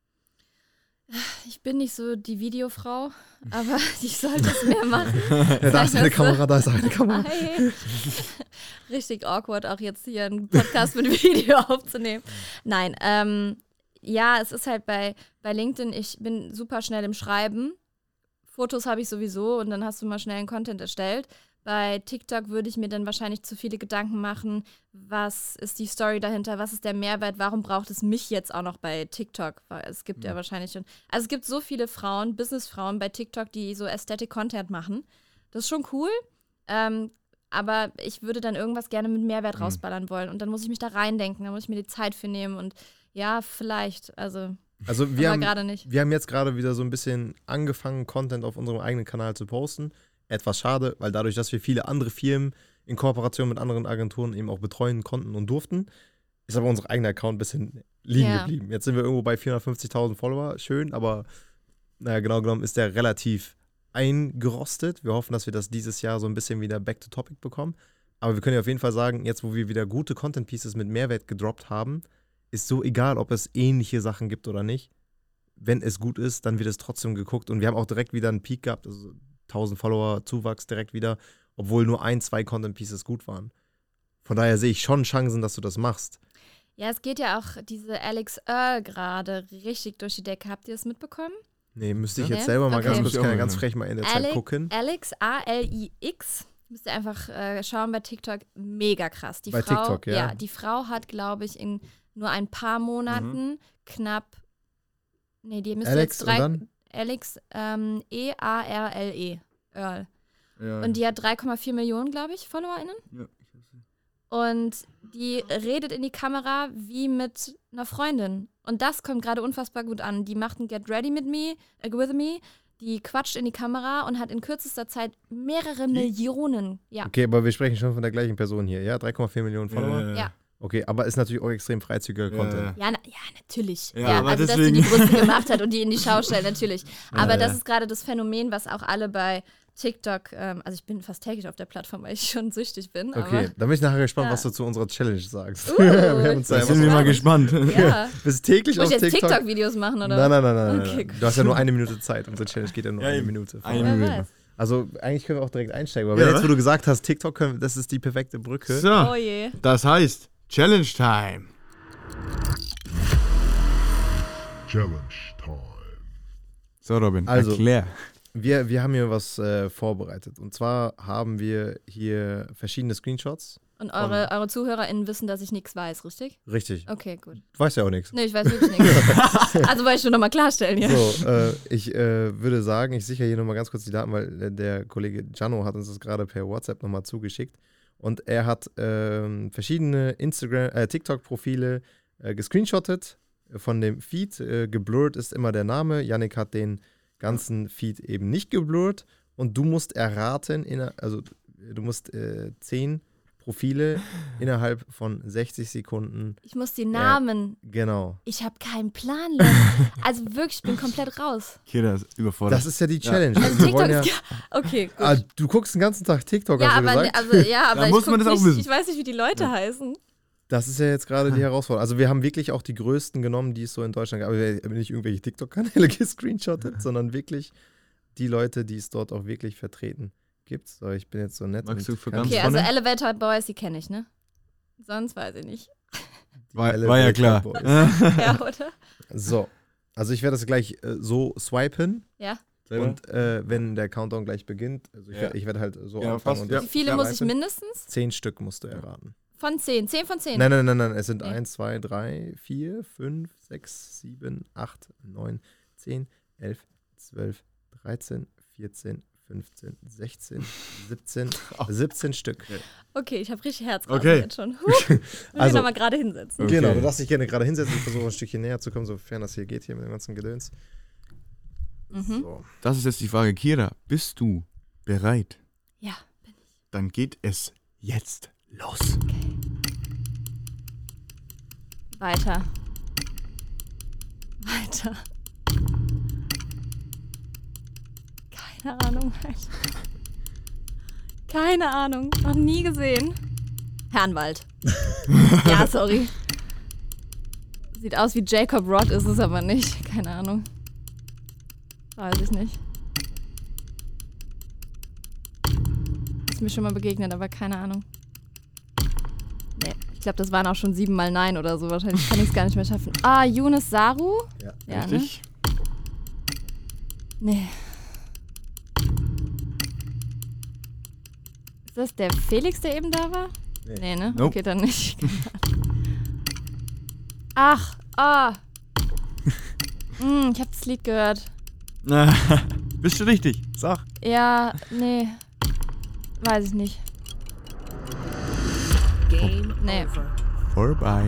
Ich bin nicht so die Videofrau, aber ich sollte es mehr machen. Ja, da ist eine Kamera, da ist eine Kamera. Hi. Richtig awkward, auch jetzt hier einen Podcast mit Video aufzunehmen. Nein, ähm, ja, es ist halt bei, bei LinkedIn, ich bin super schnell im Schreiben. Fotos habe ich sowieso und dann hast du mal schnell einen Content erstellt. Bei TikTok würde ich mir dann wahrscheinlich zu viele Gedanken machen, was ist die Story dahinter, was ist der Mehrwert, warum braucht es mich jetzt auch noch bei TikTok? Weil es gibt ja, ja wahrscheinlich schon, also es gibt so viele Frauen, Businessfrauen bei TikTok, die so Aesthetic Content machen. Das ist schon cool. Ähm, aber ich würde dann irgendwas gerne mit Mehrwert Mhm. rausballern wollen. Und dann muss ich mich da reindenken, da muss ich mir die Zeit für nehmen. Und ja, vielleicht, also, Also wir aber haben, gerade nicht. wir haben jetzt gerade wieder so ein bisschen angefangen, Content auf unserem eigenen Kanal zu posten. Etwas schade, weil dadurch, dass wir viele andere Firmen in Kooperation mit anderen Agenturen eben auch betreuen konnten und durften, ist aber unser eigener Account ein bisschen liegen Ja. geblieben. Jetzt sind wir irgendwo bei vierhundertfünfzigtausend Follower, schön, aber naja, genau genommen ist der relativ eingerostet. Wir hoffen, dass wir das dieses Jahr so ein bisschen wieder back to topic bekommen. Aber wir können ja auf jeden Fall sagen, jetzt wo wir wieder gute Content Pieces mit Mehrwert gedroppt haben, ist so egal, ob es ähnliche Sachen gibt oder nicht. Wenn es gut ist, dann wird es trotzdem geguckt. Und wir haben auch direkt wieder einen Peak gehabt, also tausend Follower Zuwachs direkt wieder, obwohl nur ein, zwei Content Pieces gut waren. Von daher sehe ich schon Chancen, dass du das machst. Ja, es geht ja auch diese Alex Earl gerade richtig durch die Decke. Habt ihr das mitbekommen? Nee, müsste ich Okay. jetzt selber mal Okay. ganz kurz, Muss ich kann ja auch ganz mal frech mal in der Zeit Alex, gucken. Alex, A L I X. Müsst ihr einfach äh, schauen bei TikTok. Mega krass. Die Bei Frau, TikTok, ja. Ja, die Frau hat, glaube ich, in nur ein paar Monaten knapp. Nee, die müsste Alex jetzt drei. und dann? Alex, ähm, E A R L E. Earl. Ja. Und die hat drei Komma vier Millionen, glaube ich, FollowerInnen. Ja. Und die redet in die Kamera wie mit einer Freundin. Und das kommt gerade unfassbar gut an. Die macht ein Get Ready with me, äh, with me. Die quatscht in die Kamera und hat in kürzester Zeit mehrere Millionen. Ja. Okay, aber wir sprechen schon von der gleichen Person hier, ja? drei Komma vier Millionen Follower? Ja. Ja. Okay, aber ist natürlich auch extrem freizügiger Ja, Content. Ja, na, ja, natürlich. Ja, Ja, aber also, dass deswegen- sie die Brüste gemacht hat und die in die Schau stellt, natürlich. Aber Ja, das ja. ist gerade das Phänomen, was auch alle bei TikTok, ähm, also ich bin fast täglich auf der Plattform, weil ich schon süchtig bin. Okay, Aber, dann bin ich nachher gespannt, Ja. was du zu unserer Challenge sagst. Uh, wir haben uns Da da sind wir was mal gespannt. ja. Bist täglich Muss auf ich jetzt TikTok? TikTok-Videos machen, oder? Nein, nein, nein, nein. Okay, nein. gut. Du hast ja nur eine Minute Zeit. Unsere Challenge geht ja nur Ja, eine eben. Minute. Eine Wer Minute. weiß. Also eigentlich können wir auch direkt einsteigen. Aber Ja. wenn jetzt, wo du gesagt hast, TikTok, können, wir- das ist die perfekte Brücke. So, Oh je. das heißt Challenge Time. Challenge Time. So, Robin, Also- erklär. Wir, wir haben hier was äh, vorbereitet. Und zwar haben wir hier verschiedene Screenshots. Und eure, eure ZuhörerInnen wissen, dass ich nichts weiß, richtig? Richtig. Okay, gut. Du weißt ja auch nichts. Nee, ich weiß wirklich nichts. Also wollte ich schon nochmal klarstellen, ja. So, äh, ich äh, würde sagen, ich sichere hier nochmal ganz kurz die Daten, weil äh, der Kollege Gianno hat uns das gerade per WhatsApp nochmal zugeschickt. Und er hat ähm, verschiedene Instagram, äh, TikTok-Profile äh, gescreenshottet von dem Feed. Äh, geblurrt ist immer der Name. Yannick hat den ganzen Feed eben nicht geblurrt. Und du musst erraten, inner, also du musst äh, zehn Profile innerhalb von sechzig Sekunden. Ich muss die Namen. Genau. Ich habe keinen Plan, Leute. Also wirklich, ich bin komplett raus. Kira ist überfordert. Das ist ja die Challenge. Also Wir TikTok wollen ja, ist. Okay, gut. ah, du guckst den ganzen Tag TikTok, ja, hast du aber, gesagt? ne, also, ja, aber Da ich, muss man guck das auch nicht, wissen. ich weiß nicht, wie die Leute heißen. Das ist ja jetzt gerade die Herausforderung. Also wir haben wirklich auch die größten genommen, die es so in Deutschland gab. Aber wir haben nicht irgendwelche TikTok-Kanäle gescreenshottet, sondern wirklich die Leute, die es dort auch wirklich vertreten gibt. So, ich bin jetzt so nett. Magst und du für kann ganz Okay, die also vorne? Elevator Boys, die kenne ich, ne? Sonst weiß ich nicht. war, Elevator war ja klar. Boys. Ja, oder? So, also ich werde das gleich äh, so swipen Ja. und äh, wenn der Countdown gleich beginnt, also ich, Ja. werde ich werd halt so Ja, anfangen fast, und ja. Wie viele Ja, muss ich swipen. mindestens? Zehn Stück musst du erraten. Von zehn. Zehn von zehn. Nein, nein, nein, nein, es sind Nee. eins, zwei, drei, vier, fünf, sechs, sieben, acht, neun, zehn, elf, zwölf, dreizehn, vierzehn, fünfzehn, sechzehn, siebzehn, siebzehn Stück. Okay, ich habe richtig Herzrasen Okay. jetzt schon. Huh. Ich will Also- ihn aber gerade hinsetzen. Okay. Genau, du darfst dich gerne gerade hinsetzen. Ich versuche ein Stückchen näher zu kommen, sofern das hier geht, hier mit dem ganzen Gedöns. Mhm. So. Das ist jetzt die Frage. Kira, bist du bereit? Ja, bin ich. Dann geht es jetzt los. Weiter. Weiter. Keine Ahnung, Alter. Keine Ahnung. Noch nie gesehen. Herrenwald. Ja, sorry. Sieht aus wie Jacob Rod, ist es aber nicht. Keine Ahnung. Weiß ich nicht. Ist mir schon mal begegnet, aber keine Ahnung. Nee, ich glaube, das waren auch schon siebenmal Nein oder so. Wahrscheinlich kann ich es gar nicht mehr schaffen. Ah, Yunus Saru? Ja. Ja, ne? Richtig? Nee. Ist das der Felix, der eben da war? Nee. Nee, ne? Nope. Okay, dann nicht. Ach, ah. Hm, ich habe das Lied gehört. Bist du richtig? Sag. Ja, nee. Weiß ich nicht. Hip-Hop. Nee. Vorbei.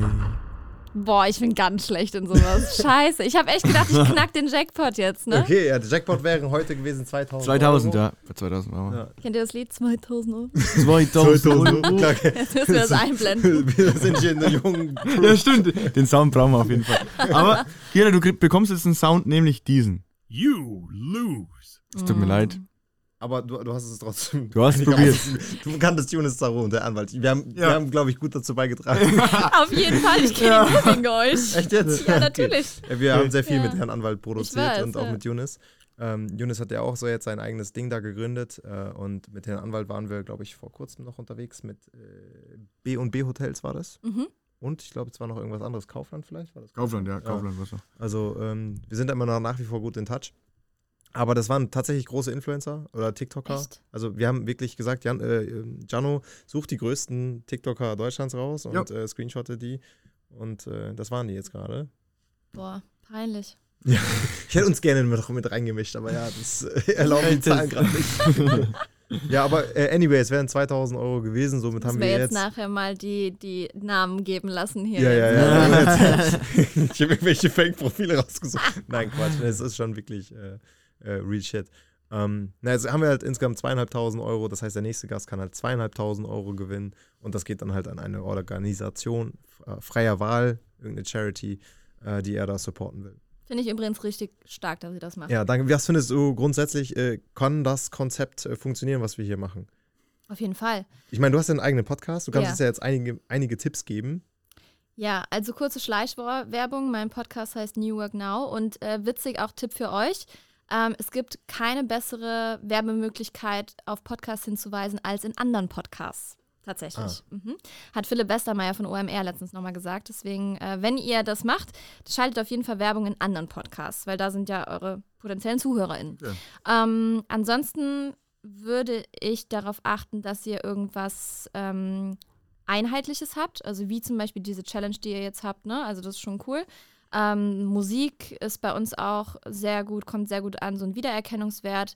Boah, ich bin ganz schlecht in sowas. Scheiße. Ich habe echt gedacht, ich knack den Jackpot jetzt, ne? Okay, ja, der Jackpot wäre heute gewesen zweitausend. zweitausend, Euro. ja. Für zweitausend Euro. Ja. Kennt ihr das Lied? zweitausend Euro. zweitausend Euro. Klar, Jetzt müssen wir das einblenden. wir sind hier in der jungen. Ja, stimmt. Den Sound brauchen wir auf jeden Fall. Aber, Kira, du krieg- bekommst jetzt einen Sound, nämlich diesen. You lose. Es tut mir leid. Aber du, du hast es trotzdem. Du hast es einigermaßen- Du kanntest Jonas Zaro und der Anwalt. Wir haben, wir Ja. haben glaube ich, gut dazu beigetragen. Auf jeden Fall, ich kenne ihn nur wegen euch. Echt jetzt? Ja, natürlich. Okay. Wir haben sehr viel Ja. mit Herrn Anwalt produziert weiß, und auch ja. mit Jonas. Ähm, Jonas hat ja auch so jetzt sein eigenes Ding da gegründet. Äh, und mit Herrn Anwalt waren wir, glaube ich, vor kurzem noch unterwegs mit äh, B und B Hotels war das. Mhm. Und ich glaube, es war noch irgendwas anderes. Kaufland vielleicht? War das Kaufland, ja, Kaufland, was noch. Also ähm, wir sind immer noch nach wie vor gut in Touch. Aber das waren tatsächlich große Influencer oder TikToker. Echt? Also wir haben wirklich gesagt, Jan, äh, Jano sucht die größten TikToker Deutschlands raus und äh, screenshotte die. Und äh, das waren die jetzt gerade. Boah, peinlich. Ja. Ich hätte uns gerne mit, mit reingemischt, aber ja, das äh, erlauben die Zahlen gerade nicht. Ja, aber äh, anyway, es wären zweitausend Euro gewesen, somit haben Müssen wir wir jetzt... jetzt nachher mal die, die Namen geben lassen hier. Ja, ja, jetzt, ne? ja. Ich habe irgendwelche Fake-Profile rausgesucht. Nein, Quatsch, es ist schon wirklich äh, äh, real shit. Ähm, na, jetzt haben wir halt insgesamt zweieinhalbtausend Euro, das heißt, der nächste Gast kann halt zweieinhalbtausend Euro gewinnen und das geht dann halt an eine Organisation äh, freier Wahl, irgendeine Charity, äh, die er da supporten will. Finde ich übrigens richtig stark, dass sie das machen. Ja, danke. Was findest du grundsätzlich, äh, kann das Konzept äh, funktionieren, was wir hier machen? Auf jeden Fall. Ich meine, du hast ja einen eigenen Podcast, du kannst Ja. uns ja jetzt einige, einige Tipps geben. Ja, also kurze Schleichwerbung. Mein Podcast heißt New Work Now und äh, witzig auch Tipp für euch. Ähm, es gibt keine bessere Werbemöglichkeit, auf Podcasts hinzuweisen, als in anderen Podcasts. Tatsächlich. Ah. Mhm. Hat Philipp Westermeier von O M R letztens nochmal gesagt. Deswegen, äh, wenn ihr das macht, schaltet auf jeden Fall Werbung in anderen Podcasts, weil da sind ja eure potenziellen ZuhörerInnen. Okay. Ähm, ansonsten würde ich darauf achten, dass ihr irgendwas ähm, Einheitliches habt. Also wie zum Beispiel diese Challenge, die ihr jetzt habt. Ne? Also das ist schon cool. Ähm, Musik ist bei uns auch sehr gut, kommt sehr gut an, so ein Wiedererkennungswert.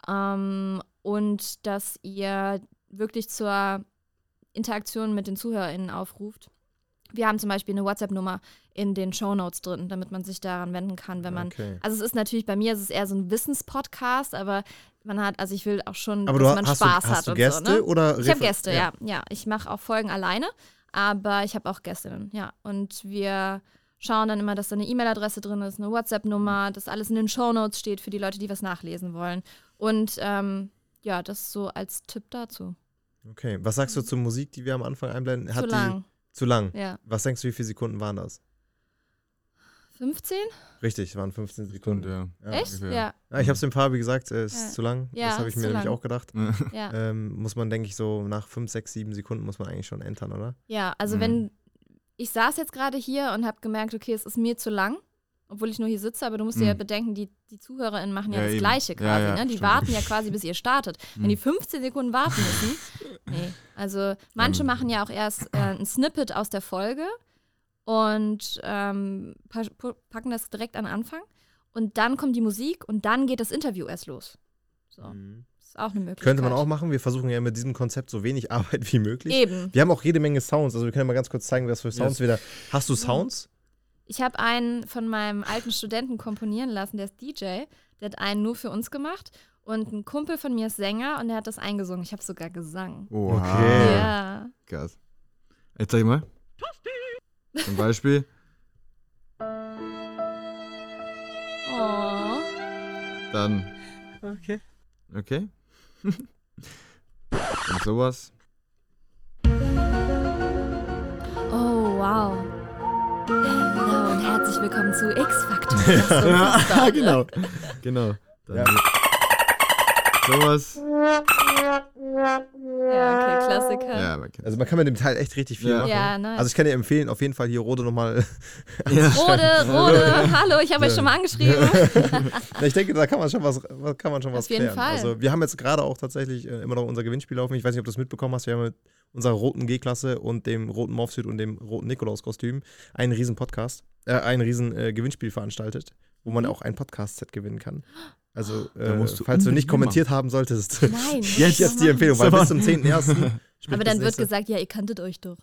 Ähm, und dass ihr wirklich zur Interaktion mit den ZuhörerInnen aufruft. Wir haben zum Beispiel eine WhatsApp-Nummer in den Shownotes drin, damit man sich daran wenden kann, wenn man, Okay. also es ist natürlich, bei mir ist es eher so ein Wissenspodcast, aber man hat, also ich will auch schon, Aber dass du man hast, Spaß du, hast hat du und Gäste so, ne? oder Ich habe Refer- Gäste, ja. ja. Ich mache auch Folgen alleine, aber ich habe auch Gästinnen, ja. Und wir schauen dann immer, dass da eine E-Mail-Adresse drin ist, eine WhatsApp-Nummer, dass alles in den Shownotes steht für die Leute, die was nachlesen wollen. Und ähm, ja, das so als Tipp dazu. Okay, was sagst du zur Musik, die wir am Anfang einblenden? Hat Zu lang, Die, zu lang. ja. Was denkst du, wie viele Sekunden waren das? fünfzehn? Richtig, es waren fünfzehn Sekunden. Sekunden, ja. Ja. Echt? ungefähr. Ja, Ja, ich habe es dem Fabi gesagt, es ist Ja. zu lang. Ja, das habe ich ist mir zu nämlich lang. auch gedacht. ja. Ähm, muss man, denke ich, so nach fünf, sechs, sieben Sekunden muss man eigentlich schon entern, oder? Ja, also Mhm. wenn, ich saß jetzt gerade hier und habe gemerkt, okay, es ist mir zu lang, obwohl ich nur hier sitze, aber du musst dir ja Mhm. bedenken, die, die ZuhörerInnen machen ja, Ja, das eben. Gleiche Ja, quasi, ja, ne? Die stimmt. warten ja quasi, bis ihr startet. Wenn Mhm. die fünfzehn Sekunden warten müssen, nee. Also manche Ähm. machen ja auch erst äh, ein Snippet aus der Folge und ähm, pa pu- packen das direkt an den Anfang und dann kommt die Musik und dann geht das Interview erst los. So, das ist auch eine Möglichkeit. Könnte man auch machen. Wir versuchen ja mit diesem Konzept so wenig Arbeit wie möglich. Eben. Wir haben auch jede Menge Sounds. Also wir können ja mal ganz kurz zeigen, was für Sounds Yes. wir da. Hast du Sounds? Ich habe einen von meinem alten Studenten komponieren lassen, der ist D J. Der hat einen nur für uns gemacht. Und ein Kumpel von mir ist Sänger und der hat das eingesungen. Ich habe sogar Gesang. Oha. Okay. Ja. Krass. Jetzt zeig mal. Zum Beispiel. Oh. Dann. Okay. Okay. Und sowas. Oh, wow. Hallo und herzlich willkommen zu X-Factor. Ja, genau. Genau. Dann Ja. sowas. Ja, okay, Klassiker. Ja, man kennt Also man kann mit dem Teil echt richtig viel Ja. machen. Ja, nice. Also ich kann dir empfehlen, auf jeden Fall hier Rode nochmal. ja. Rode, Rode, hallo, ich habe euch schon mal angeschrieben. Ich denke, da kann man schon was, kann man schon was Auf jeden klären. Fall. Also wir haben jetzt gerade auch tatsächlich äh, immer noch unser Gewinnspiel laufen. Ich weiß nicht, ob du es mitbekommen hast. Wir haben mit unserer roten G-Klasse und dem roten Morphsuit und dem roten Nikolaus-Kostüm einen riesen Podcast, äh, ein riesen äh, Gewinnspiel veranstaltet, wo man auch ein Podcast-Set gewinnen kann. Also, Da äh, musst du falls du nicht unbedingt kommentiert haben solltest, Nein. muss ich jetzt, noch jetzt die machen. Empfehlung, weil So. bis zum zehnten ersten Aber dann wird gesagt, ja, ihr kanntet euch doch.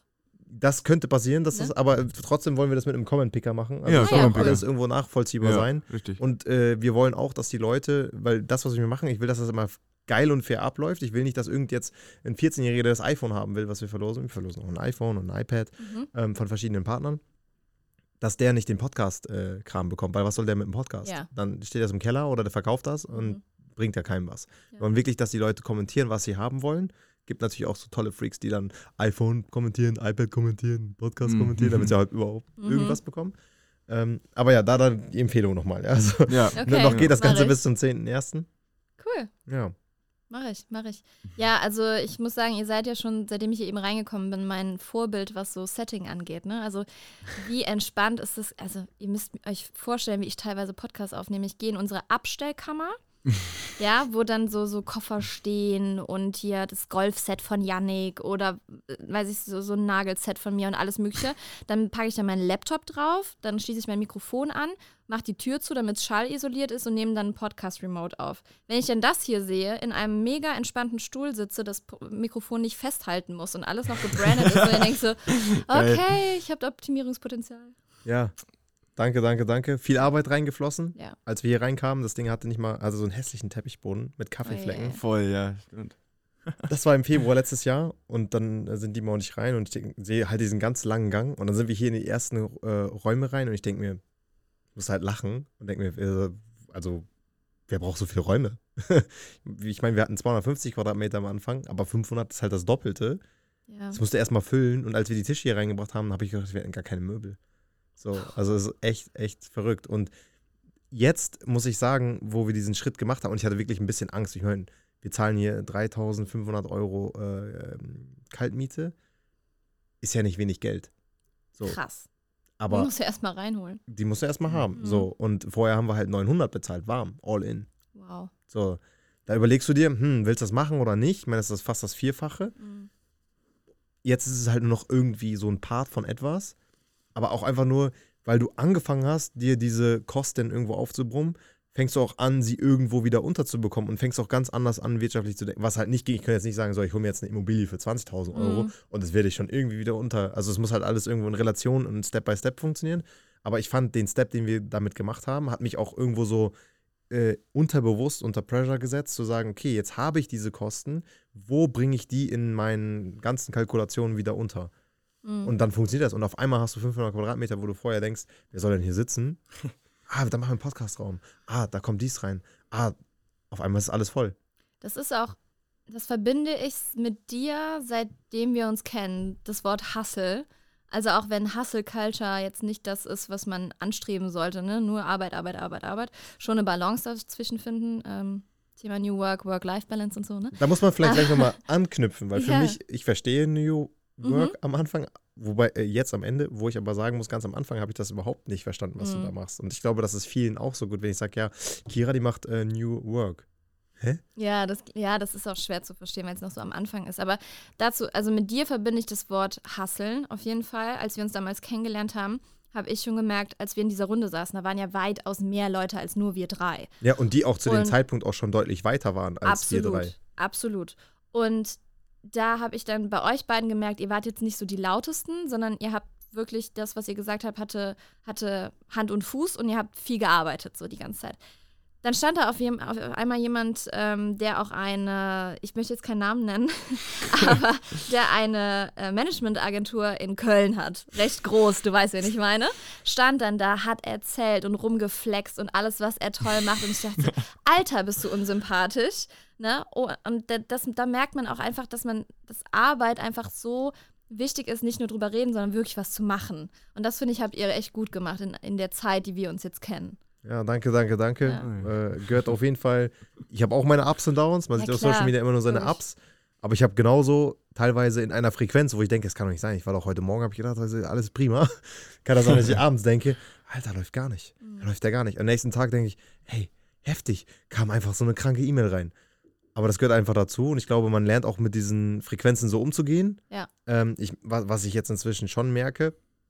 das könnte passieren, dass Ne? das, aber trotzdem wollen wir das mit einem Comment-Picker machen. Also Ja, es soll auch Comment-Picker. alles irgendwo nachvollziehbar Ja, sein. richtig. Und äh, wir wollen auch, dass die Leute, weil das, was wir machen, ich will, dass das immer geil und fair abläuft. Ich will nicht, dass irgend jetzt ein vierzehnjähriger das iPhone haben will, was wir verlosen. Wir verlosen auch ein iPhone und ein iPad Mhm. ähm, von verschiedenen Partnern. Dass der nicht den Podcast-Kram bekommt, weil was soll der mit dem Podcast? Ja. Dann steht das im Keller oder der verkauft das und Mhm. bringt ja keinem was. Ja. Sondern wirklich, dass die Leute kommentieren, was sie haben wollen. Gibt natürlich auch so tolle Freaks, die dann iPhone kommentieren, iPad kommentieren, Podcast Mhm. kommentieren, damit sie halt überhaupt Mhm. irgendwas bekommen. Ähm, aber ja, da dann die Empfehlung nochmal. Ja. Also, Ja. Okay, noch geht das mach Ganze ich. bis zum zehnten ersten Cool. Ja. Mach ich, mach ich. Ja, also ich muss sagen, ihr seid ja schon, seitdem ich hier eben reingekommen bin, mein Vorbild, was so Setting angeht. Ne? Also wie entspannt ist es, also ihr müsst euch vorstellen, wie ich teilweise Podcasts aufnehme. Ich gehe in unsere Abstellkammer, ja, wo dann so, so Koffer stehen und hier das Golfset von Yannick oder, äh, weiß ich, so, so ein Nagelset von mir und alles mögliche. Dann packe ich da meinen Laptop drauf, dann schließe ich mein Mikrofon an, mache die Tür zu, damit es schallisoliert ist und nehme dann einen Podcast remote auf. Wenn ich dann das hier sehe, in einem mega entspannten Stuhl sitze, das P- Mikrofon nicht festhalten muss und alles noch gebrandet ist, und dann denkst du, okay, ich habe da Optimierungspotenzial. Ja. Danke, danke, danke. Viel Arbeit reingeflossen, Ja. als wir hier reinkamen. Das Ding hatte nicht mal, also so einen hässlichen Teppichboden mit Oh Kaffeeflecken. je. Voll, ja, stimmt. Das war im Februar letztes Jahr und dann äh, sind die mal und ich rein und ich denk, sehe halt diesen ganz langen Gang und dann sind wir hier in die ersten äh, Räume rein und ich denke mir, ich muss halt lachen und denke mir, äh, also wer braucht so viele Räume? Ich meine, wir hatten zweihundertfünfzig Quadratmeter am Anfang, aber fünfhundert ist halt das Doppelte. Ja. Das musste erstmal füllen und als wir die Tische hier reingebracht haben, habe ich gedacht, wir hätten gar keine Möbel. So, also es ist echt, echt verrückt. Und jetzt muss ich sagen, wo wir diesen Schritt gemacht haben, und ich hatte wirklich ein bisschen Angst. Ich meine, wir zahlen hier dreitausendfünfhundert Euro äh, ähm, Kaltmiete. Ist ja nicht wenig Geld. So, Krass. aber Man muss ja erstmal reinholen. die musst du erstmal haben. Mhm. So, und vorher haben wir halt neunhundert bezahlt, warm, all in. Wow. So, da überlegst du dir, hm, willst du das machen oder nicht? Ich meine, das ist fast das Vierfache. Mhm. Jetzt ist es halt nur noch irgendwie so ein Part von etwas. Aber auch einfach nur, weil du angefangen hast, dir diese Kosten irgendwo aufzubrummen, fängst du auch an, sie irgendwo wieder unterzubekommen und fängst auch ganz anders an, wirtschaftlich zu denken. Was halt nicht ging, ich kann jetzt nicht sagen, so, ich hole mir jetzt eine Immobilie für zwanzigtausend Euro Mhm. und das werde ich schon irgendwie wieder unter. Also es muss halt alles irgendwo in Relation und Step by Step funktionieren. Aber ich fand den Step, den wir damit gemacht haben, hat mich auch irgendwo so äh, unterbewusst unter Pressure gesetzt, zu sagen, okay, jetzt habe ich diese Kosten, wo bringe ich die in meinen ganzen Kalkulationen wieder unter? Mhm. Und dann funktioniert das. Und auf einmal hast du fünfhundert Quadratmeter, wo du vorher denkst, wer soll denn hier sitzen? Ah, dann machen wir einen Podcastraum. Ah, da kommt dies rein. Ah, auf einmal ist alles voll. Das ist auch, das verbinde ich mit dir, seitdem wir uns kennen, das Wort Hustle. Also auch wenn Hustle Culture jetzt nicht das ist, was man anstreben sollte, ne? Nur Arbeit, Arbeit, Arbeit, Arbeit. Schon eine Balance dazwischen finden. Ähm, Thema New Work, Work-Life-Balance und so, ne? Da muss man vielleicht gleich nochmal anknüpfen, weil für Ja. mich, ich verstehe New Work Mhm. am Anfang, wobei äh, jetzt am Ende, wo ich aber sagen muss, ganz am Anfang habe ich das überhaupt nicht verstanden, was Mhm. du da machst. Und ich glaube, das ist vielen auch so gut, wenn ich sage, ja, Kira, die macht äh, New Work. Hä? Ja, das, ja, das ist auch schwer zu verstehen, weil es noch so am Anfang ist. Aber dazu, also mit dir verbinde ich das Wort Hustlen auf jeden Fall. Als wir uns damals kennengelernt haben, habe ich schon gemerkt, als wir in dieser Runde saßen, da waren ja weitaus mehr Leute als nur wir drei. Ja, und die auch zu dem Und- Zeitpunkt auch schon deutlich weiter waren als absolut, wir drei. absolut. Und da habe ich dann bei euch beiden gemerkt, ihr wart jetzt nicht so die lautesten, sondern ihr habt wirklich das, was ihr gesagt habt, hatte, hatte Hand und Fuß und ihr habt viel gearbeitet, so die ganze Zeit. Dann stand da auf, jem, auf einmal jemand, ähm, der auch eine, ich möchte jetzt keinen Namen nennen, aber der eine äh, Managementagentur in Köln hat. Recht groß, du weißt, wen ich meine. Stand dann da, hat erzählt und rumgeflext und alles, was er toll macht. Und ich dachte so, Alter, bist du unsympathisch. Ne? Oh, und das, da merkt man auch einfach, dass man, dass Arbeit einfach so wichtig ist, nicht nur drüber reden, sondern wirklich was zu machen. Und das, finde ich, habt ihr echt gut gemacht in, in der Zeit, die wir uns jetzt kennen. Ja, danke, danke, danke. Ja. Äh, gehört auf jeden Fall. Ich habe auch meine Ups und Downs. Man Ja, sieht auf klar. Social Media immer nur seine Logisch. Ups. Aber ich habe genauso teilweise in einer Frequenz, wo ich denke, es kann doch nicht sein. Ich war doch heute Morgen, habe ich gedacht, also alles prima. Kann das sein, dass ich abends denke, Alter, läuft gar nicht. Mhm. Läuft ja gar nicht. Am nächsten Tag denke ich, hey, heftig, kam einfach so eine kranke E-Mail rein. Aber das gehört einfach dazu und ich glaube, man lernt auch mit diesen Frequenzen so umzugehen. Ja. Ähm, ich, was, was ich jetzt inzwischen schon merke,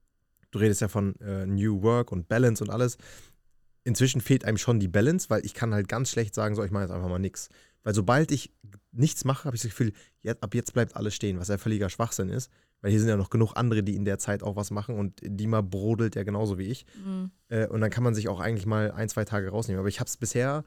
du redest ja von äh, New Work und Balance und alles. Inzwischen fehlt einem schon die Balance, weil ich kann halt ganz schlecht sagen, so, ich mache jetzt einfach mal nichts. Weil sobald ich nichts mache, habe ich das Gefühl, jetzt, ab jetzt bleibt alles stehen, was ja völliger Schwachsinn ist. weil hier sind ja noch genug andere, die in der Zeit auch was machen und Dima brodelt ja genauso wie ich. Mhm. Äh, und dann kann man sich auch eigentlich mal ein, zwei Tage rausnehmen. Aber ich habe es bisher,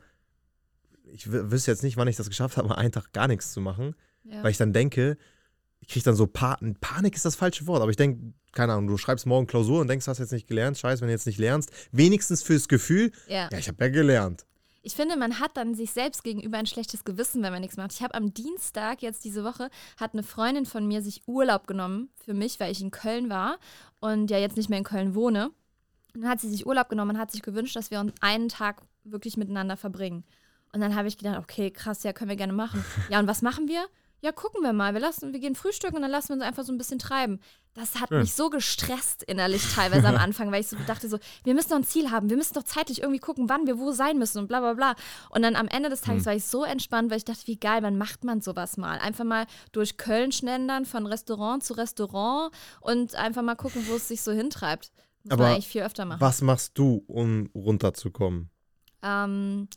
ich w- wüsste jetzt nicht, wann ich das geschafft habe, mal einen Tag gar nichts zu machen, Ja. weil ich dann denke, ich kriege dann so pa Panik ist das falsche Wort, aber ich denke, keine Ahnung, du schreibst morgen Klausur und denkst, du hast jetzt nicht gelernt, scheiße, wenn du jetzt nicht lernst, wenigstens fürs Gefühl, ja. ja, ich habe ja gelernt. Ich finde, man hat dann sich selbst gegenüber ein schlechtes Gewissen, wenn man nichts macht. Ich habe am Dienstag, jetzt diese Woche, hat eine Freundin von mir sich Urlaub genommen für mich, weil ich in Köln war und ja jetzt nicht mehr in Köln wohne. Und dann hat sie sich Urlaub genommen und hat sich gewünscht, dass wir uns einen Tag wirklich miteinander verbringen. Und dann habe ich gedacht, okay, krass, ja, können wir gerne machen. Ja, und was machen wir? Ja, gucken wir mal. Wir, lassen, wir gehen frühstücken und dann lassen wir uns einfach so ein bisschen treiben. Das hat Schön. mich so gestresst innerlich teilweise am Anfang, weil ich so dachte so, wir müssen doch ein Ziel haben, wir müssen doch zeitlich irgendwie gucken, wann wir wo sein müssen und bla bla bla. Und dann am Ende des Tages Hm. war ich so entspannt, weil ich dachte, wie geil, wann macht man sowas mal? Einfach mal durch Köln schlendern, von Restaurant zu Restaurant und einfach mal gucken, wo es sich so hintreibt. Muss Aber man eigentlich viel öfter machen. Was machst du, um runterzukommen? Ähm,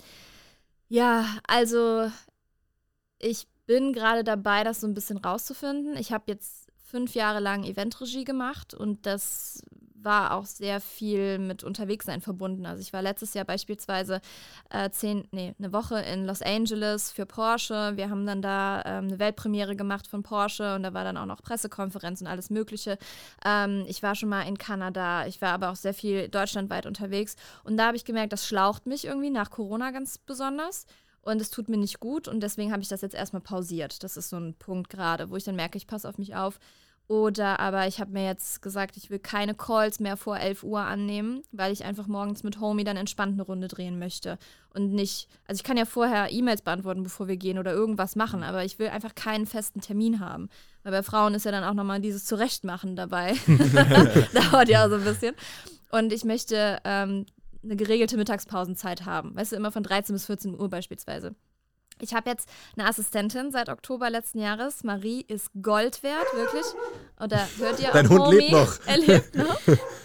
ja, also ich bin gerade dabei, das so ein bisschen rauszufinden. Ich habe jetzt fünf Jahre lang Eventregie gemacht und das war auch sehr viel mit Unterwegssein verbunden. Also ich war letztes Jahr beispielsweise äh, zehn, nee, eine Woche in Los Angeles für Porsche. Wir haben dann da ähm, eine Weltpremiere gemacht von Porsche und da war dann auch noch Pressekonferenz und alles Mögliche. Ähm, ich war schon mal in Kanada, ich war aber auch sehr viel deutschlandweit unterwegs und da habe ich gemerkt, das schlaucht mich irgendwie nach Corona ganz besonders. Und es tut mir nicht gut und deswegen habe ich das jetzt erstmal pausiert. Das ist so ein Punkt gerade, wo ich dann merke, ich passe auf mich auf. Oder aber ich habe mir jetzt gesagt, ich will keine Calls mehr vor elf Uhr annehmen, weil ich einfach morgens mit Homie dann entspannt eine Runde drehen möchte. Und nicht, also ich kann ja vorher E-Mails beantworten, bevor wir gehen oder irgendwas machen, aber ich will einfach keinen festen Termin haben. Weil bei Frauen ist ja dann auch nochmal dieses Zurechtmachen dabei. Dauert ja auch so ein bisschen. Und ich möchte ähm, eine geregelte Mittagspausenzeit haben. Weißt du, immer von dreizehn bis vierzehn Uhr beispielsweise. Ich habe jetzt eine Assistentin seit Oktober letzten Jahres. Marie ist Gold wert, wirklich. Oder hört ihr Dein auch, Hund Homie? lebt noch. Er lebt noch.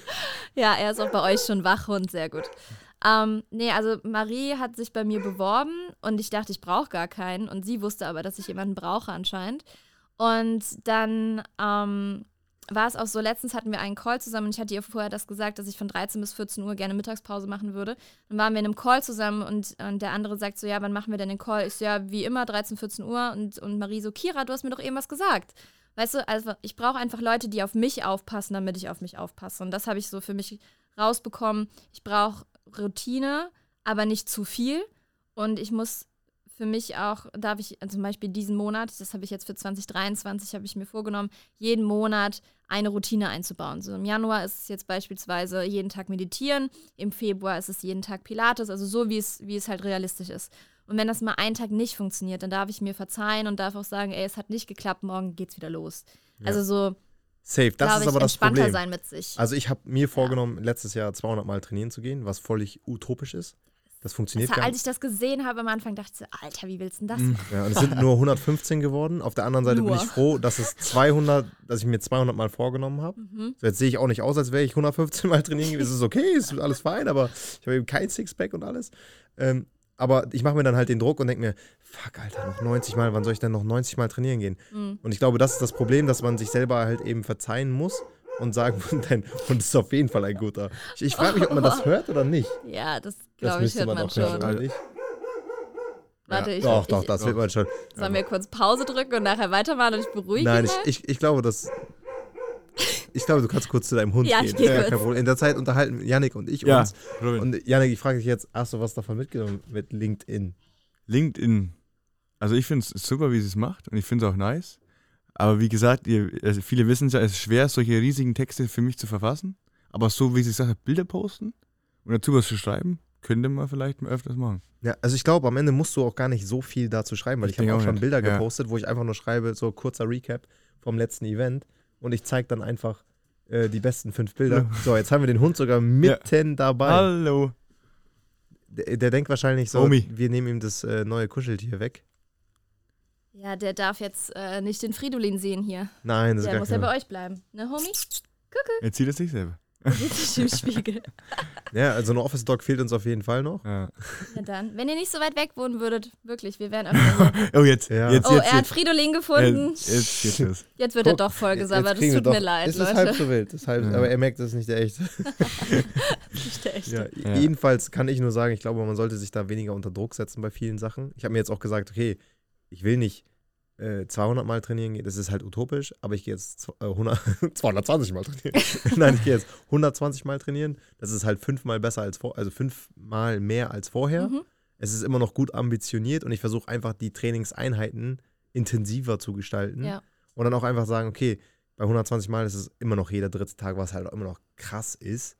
Ja, er ist auch bei euch schon Wachhund, sehr gut. Ähm, nee, also Marie hat sich bei mir beworben und ich dachte, ich brauche gar keinen. Und sie wusste aber, dass ich jemanden brauche anscheinend. Und dann ähm, war es auch so, letztens hatten wir einen Call zusammen und ich hatte ihr vorher das gesagt, dass ich von dreizehn bis vierzehn Uhr gerne Mittagspause machen würde. Dann waren wir in einem Call zusammen und, und der andere sagt so, ja, wann machen wir denn den Call? Ich so, ja, wie immer, dreizehn, vierzehn Uhr und, und Marie so, Kira, du hast mir doch eben was gesagt. Weißt du, also ich brauche einfach Leute, die auf mich aufpassen, damit ich auf mich aufpasse. Und das habe ich so für mich rausbekommen. Ich brauche Routine, aber nicht zu viel. Und ich muss für mich auch, darf ich zum Beispiel diesen Monat, das habe ich jetzt für zwanzig dreiundzwanzig, habe ich mir vorgenommen, jeden Monat eine Routine einzubauen. So im Januar ist es jetzt beispielsweise jeden Tag meditieren, im Februar ist es jeden Tag Pilates, also so, wie es, wie es halt realistisch ist. Und wenn das mal einen Tag nicht funktioniert, dann darf ich mir verzeihen und darf auch sagen, ey, es hat nicht geklappt, morgen geht's wieder los. Ja. Also so, Safe, das glaube ist ich, aber das entspannter Problem. sein mit sich. Also ich habe mir vorgenommen, letztes Jahr zweihundert Mal trainieren zu gehen, was völlig utopisch ist. Das funktioniert Das, gar als nicht. ich das gesehen habe am Anfang, dachte ich so, Alter, wie willst du denn das Mhm. machen? Ja, und es sind nur hundertfünfzehn geworden. Auf der anderen Seite Nur. bin ich froh, dass es zweihundert, dass ich mir zweihundert Mal vorgenommen habe. Mhm. So, jetzt sehe ich auch nicht aus, als wäre ich hundertfünfzehn Mal trainieren gewesen. Es ist okay, es ist alles fein, aber ich habe eben kein Sixpack und alles. Ähm, aber ich mache mir dann halt den Druck und denke mir, fuck, Alter, noch neunzig Mal, wann soll ich denn noch neunzig Mal trainieren gehen? Mhm. Und ich glaube, das ist das Problem, dass man sich selber halt eben verzeihen muss und sagen, dein Hund ist auf jeden Fall ein guter. Ich, ich frage mich, ob man das hört oder nicht. Ja, das Das glaube ich, müsste hört man auch hören, schon. oder nicht? Warte, ich, Doch, doch, ich, das wird man schon. Sollen wir kurz Pause drücken und nachher weitermachen und ich beruhige Nein, ihn ich, mal? ich, ich glaube, dass. Ich glaube, du kannst kurz zu deinem Hund Ja, gehen. ich geh Ja, kurz. kein Problem. In der Zeit unterhalten Yannick und ich Ja, uns. Robin. Und Yannick, ich frage dich jetzt, hast du was davon mitgenommen mit LinkedIn? LinkedIn. Also ich finde es super, wie sie es macht und ich finde es auch nice. Aber wie gesagt, ihr, also viele wissen es ja, es ist schwer, solche riesigen Texte für mich zu verfassen. Aber so, wie sie sagt, Bilder posten und dazu was zu schreiben, könnte man vielleicht mal öfters machen. Ja, also ich glaube, am Ende musst du auch gar nicht so viel dazu schreiben, weil Ich ich, habe denke auch auch schon nicht. Bilder Ja. gepostet, wo ich einfach nur schreibe, so kurzer Recap vom letzten Event und ich zeige dann einfach äh, die besten fünf Bilder. Ja. So, jetzt haben wir den Hund sogar mitten dabei. Hallo. Der, der denkt wahrscheinlich so, Homie. wir nehmen ihm das äh, neue Kuscheltier weg. Ja, der darf jetzt äh, nicht den Fridolin sehen hier. Nein, das ist Der gar muss ja keine. bei euch bleiben. Ne, Homie? Er zieht es sich selber. Der sieht sich im Spiegel. Ja, also ein Office Dog fehlt uns auf jeden Fall noch. Ja. Ja, dann. Wenn ihr nicht so weit weg wohnen würdet, wirklich, wir wären öfter hier. Oh, jetzt, Ja. jetzt, Oh, jetzt, er hat jetzt, Fridolin gefunden. jetzt, jetzt, jetzt, jetzt. Jetzt wird er Guck, doch vollgesabbert. Jetzt kriegen Es wir tut mir doch- leid, Es ist Leute. halb so wild. Es ist halb, Ja. Aber er merkt, das ist nicht der echte. Nicht der echte. Ja, Ja. Jedenfalls kann ich nur sagen, ich glaube, man sollte sich da weniger unter Druck setzen bei vielen Sachen. Ich habe mir jetzt auch gesagt, okay, ich will nicht äh, zweihundert Mal trainieren gehen, das ist halt utopisch, aber ich gehe jetzt zw- äh, hundert, zweihundertzwanzig Mal trainieren. Nein, ich gehe jetzt hundertzwanzig Mal trainieren. Das ist halt fünfmal besser als vor, also fünfmal mehr als vorher. Mhm. Es ist immer noch gut ambitioniert und ich versuche einfach die Trainingseinheiten intensiver zu gestalten. Ja. Und dann auch einfach sagen, okay, bei hundertzwanzig Mal ist es immer noch jeder dritte Tag, was halt auch immer noch krass ist.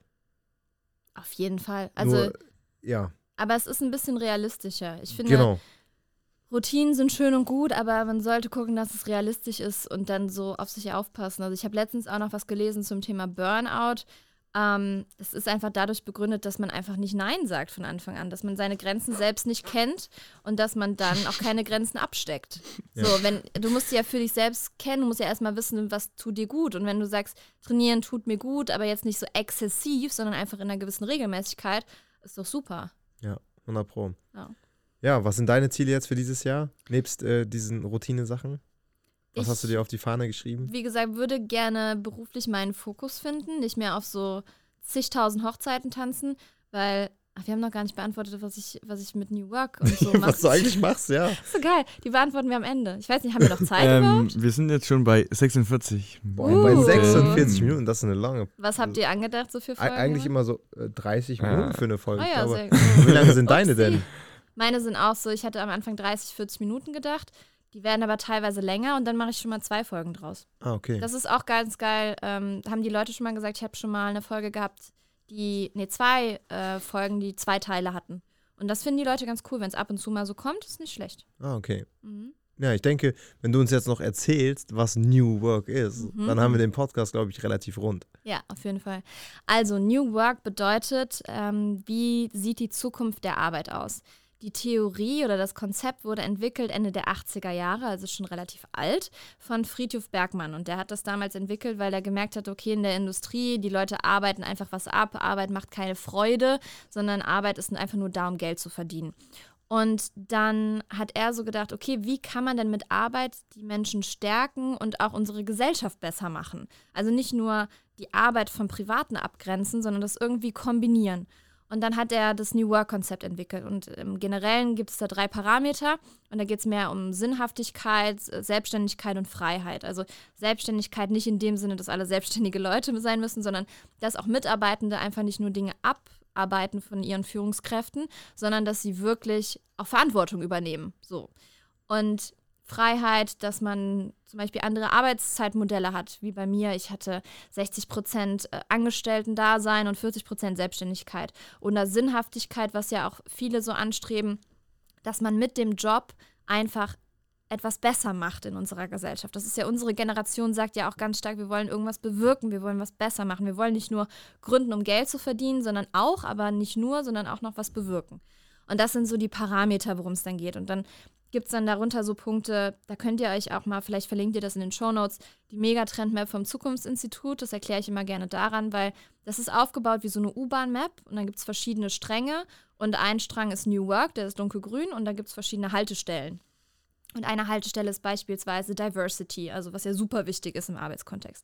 Auf jeden Fall. Also, Nur, ja, aber es ist ein bisschen realistischer. Ich finde, genau. Routinen sind schön und gut, aber man sollte gucken, dass es realistisch ist und dann so auf sich aufpassen. Also ich habe letztens auch noch was gelesen zum Thema Burnout. Ähm, es ist einfach dadurch begründet, dass man einfach nicht Nein sagt von Anfang an, dass man seine Grenzen selbst nicht kennt und dass man dann auch keine Grenzen absteckt. Ja. So, wenn du musst ja für dich selbst kennen, du musst ja erstmal wissen, was tut dir gut. Und wenn du sagst, trainieren tut mir gut, aber jetzt nicht so exzessiv, sondern einfach in einer gewissen Regelmäßigkeit, ist doch super. hundert Pro. Ja. Ja, was sind deine Ziele jetzt für dieses Jahr? Nebst äh, diesen Routine-Sachen? Was Ich- hast du dir auf die Fahne geschrieben? Wie gesagt, würde gerne beruflich meinen Fokus finden, nicht mehr auf so zigtausend Hochzeiten tanzen, weil ach, wir haben noch gar nicht beantwortet, was ich, was ich mit New Work und so mache. Was du eigentlich machst, ja. So geil, die beantworten wir am Ende. Ich weiß nicht, haben wir noch Zeit Ähm, überhaupt? wir sind jetzt schon bei sechsundvierzig. Boah, Uh. bei sechsundvierzig Minuten, das ist eine lange. Was habt ihr angedacht so für E Folgen? eigentlich immer so äh, dreißig Ja. Minuten für eine Folge. Ah ja, aber sehr gut. wie lange sind deine Upsi. denn? Meine sind auch so, ich hatte am Anfang dreißig, vierzig Minuten gedacht. Die werden aber teilweise länger und dann mache ich schon mal zwei Folgen draus. Ah, okay. Das ist auch ganz geil. Ähm, haben die Leute schon mal gesagt, ich habe schon mal eine Folge gehabt, die, nee, zwei äh, Folgen, die zwei Teile hatten. Und das finden die Leute ganz cool, wenn es ab und zu mal so kommt, ist nicht schlecht. Ah, okay. Mhm. Ja, ich denke, wenn du uns jetzt noch erzählst, was New Work ist, Mhm. dann haben wir den Podcast, glaube ich, relativ rund. Ja, auf jeden Fall. Also New Work bedeutet, ähm, wie sieht die Zukunft der Arbeit aus? Die Theorie oder das Konzept wurde entwickelt Ende der achtziger Jahre, also schon relativ alt, von Friedhof Bergmann. Und der hat das damals entwickelt, weil er gemerkt hat, okay, in der Industrie, die Leute arbeiten einfach was ab, Arbeit macht keine Freude, sondern Arbeit ist einfach nur da, um Geld zu verdienen. Und dann hat er so gedacht, okay, wie kann man denn mit Arbeit die Menschen stärken und auch unsere Gesellschaft besser machen? Also nicht nur die Arbeit vom Privaten abgrenzen, sondern das irgendwie kombinieren. Und dann hat er das New Work-Konzept entwickelt. Und im Generellen gibt es da drei Parameter. Und da geht es mehr um Sinnhaftigkeit, Selbstständigkeit und Freiheit. Also Selbstständigkeit nicht in dem Sinne, dass alle selbstständige Leute sein müssen, sondern dass auch Mitarbeitende einfach nicht nur Dinge abarbeiten von ihren Führungskräften, sondern dass sie wirklich auch Verantwortung übernehmen. So. Und Freiheit, dass man zum Beispiel andere Arbeitszeitmodelle hat, wie bei mir. Ich hatte sechzig Prozent Angestellten-Dasein und vierzig Prozent Selbstständigkeit. Oder Sinnhaftigkeit, was ja auch viele so anstreben, dass man mit dem Job einfach etwas besser macht in unserer Gesellschaft. Das ist ja, unsere Generation sagt ja auch ganz stark, wir wollen irgendwas bewirken, wir wollen was besser machen. Wir wollen nicht nur gründen, um Geld zu verdienen, sondern auch, aber nicht nur, sondern auch noch was bewirken. Und das sind so die Parameter, worum es dann geht. Und dann gibt es dann darunter so Punkte, da könnt ihr euch auch mal, vielleicht verlinkt ihr das in den Shownotes, die Megatrend-Map vom Zukunftsinstitut, das erkläre ich immer gerne daran, weil das ist aufgebaut wie so eine U-Bahn-Map und dann gibt es verschiedene Stränge und ein Strang ist New Work, der ist dunkelgrün und dann gibt es verschiedene Haltestellen. Und eine Haltestelle ist beispielsweise Diversity, also was ja super wichtig ist im Arbeitskontext.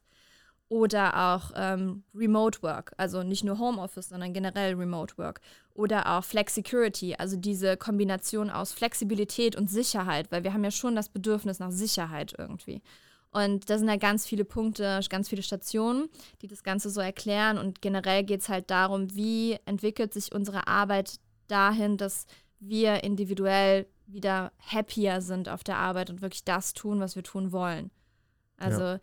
Oder auch ähm, Remote Work, also nicht nur Homeoffice, sondern generell Remote Work. Oder auch Flexicurity, also diese Kombination aus Flexibilität und Sicherheit, weil wir haben ja schon das Bedürfnis nach Sicherheit irgendwie. Und da sind ja ganz viele Punkte, ganz viele Stationen, die das Ganze so erklären. Und generell geht es halt darum, wie entwickelt sich unsere Arbeit dahin, dass wir individuell wieder happier sind auf der Arbeit und wirklich das tun, was wir tun wollen. Also Ja.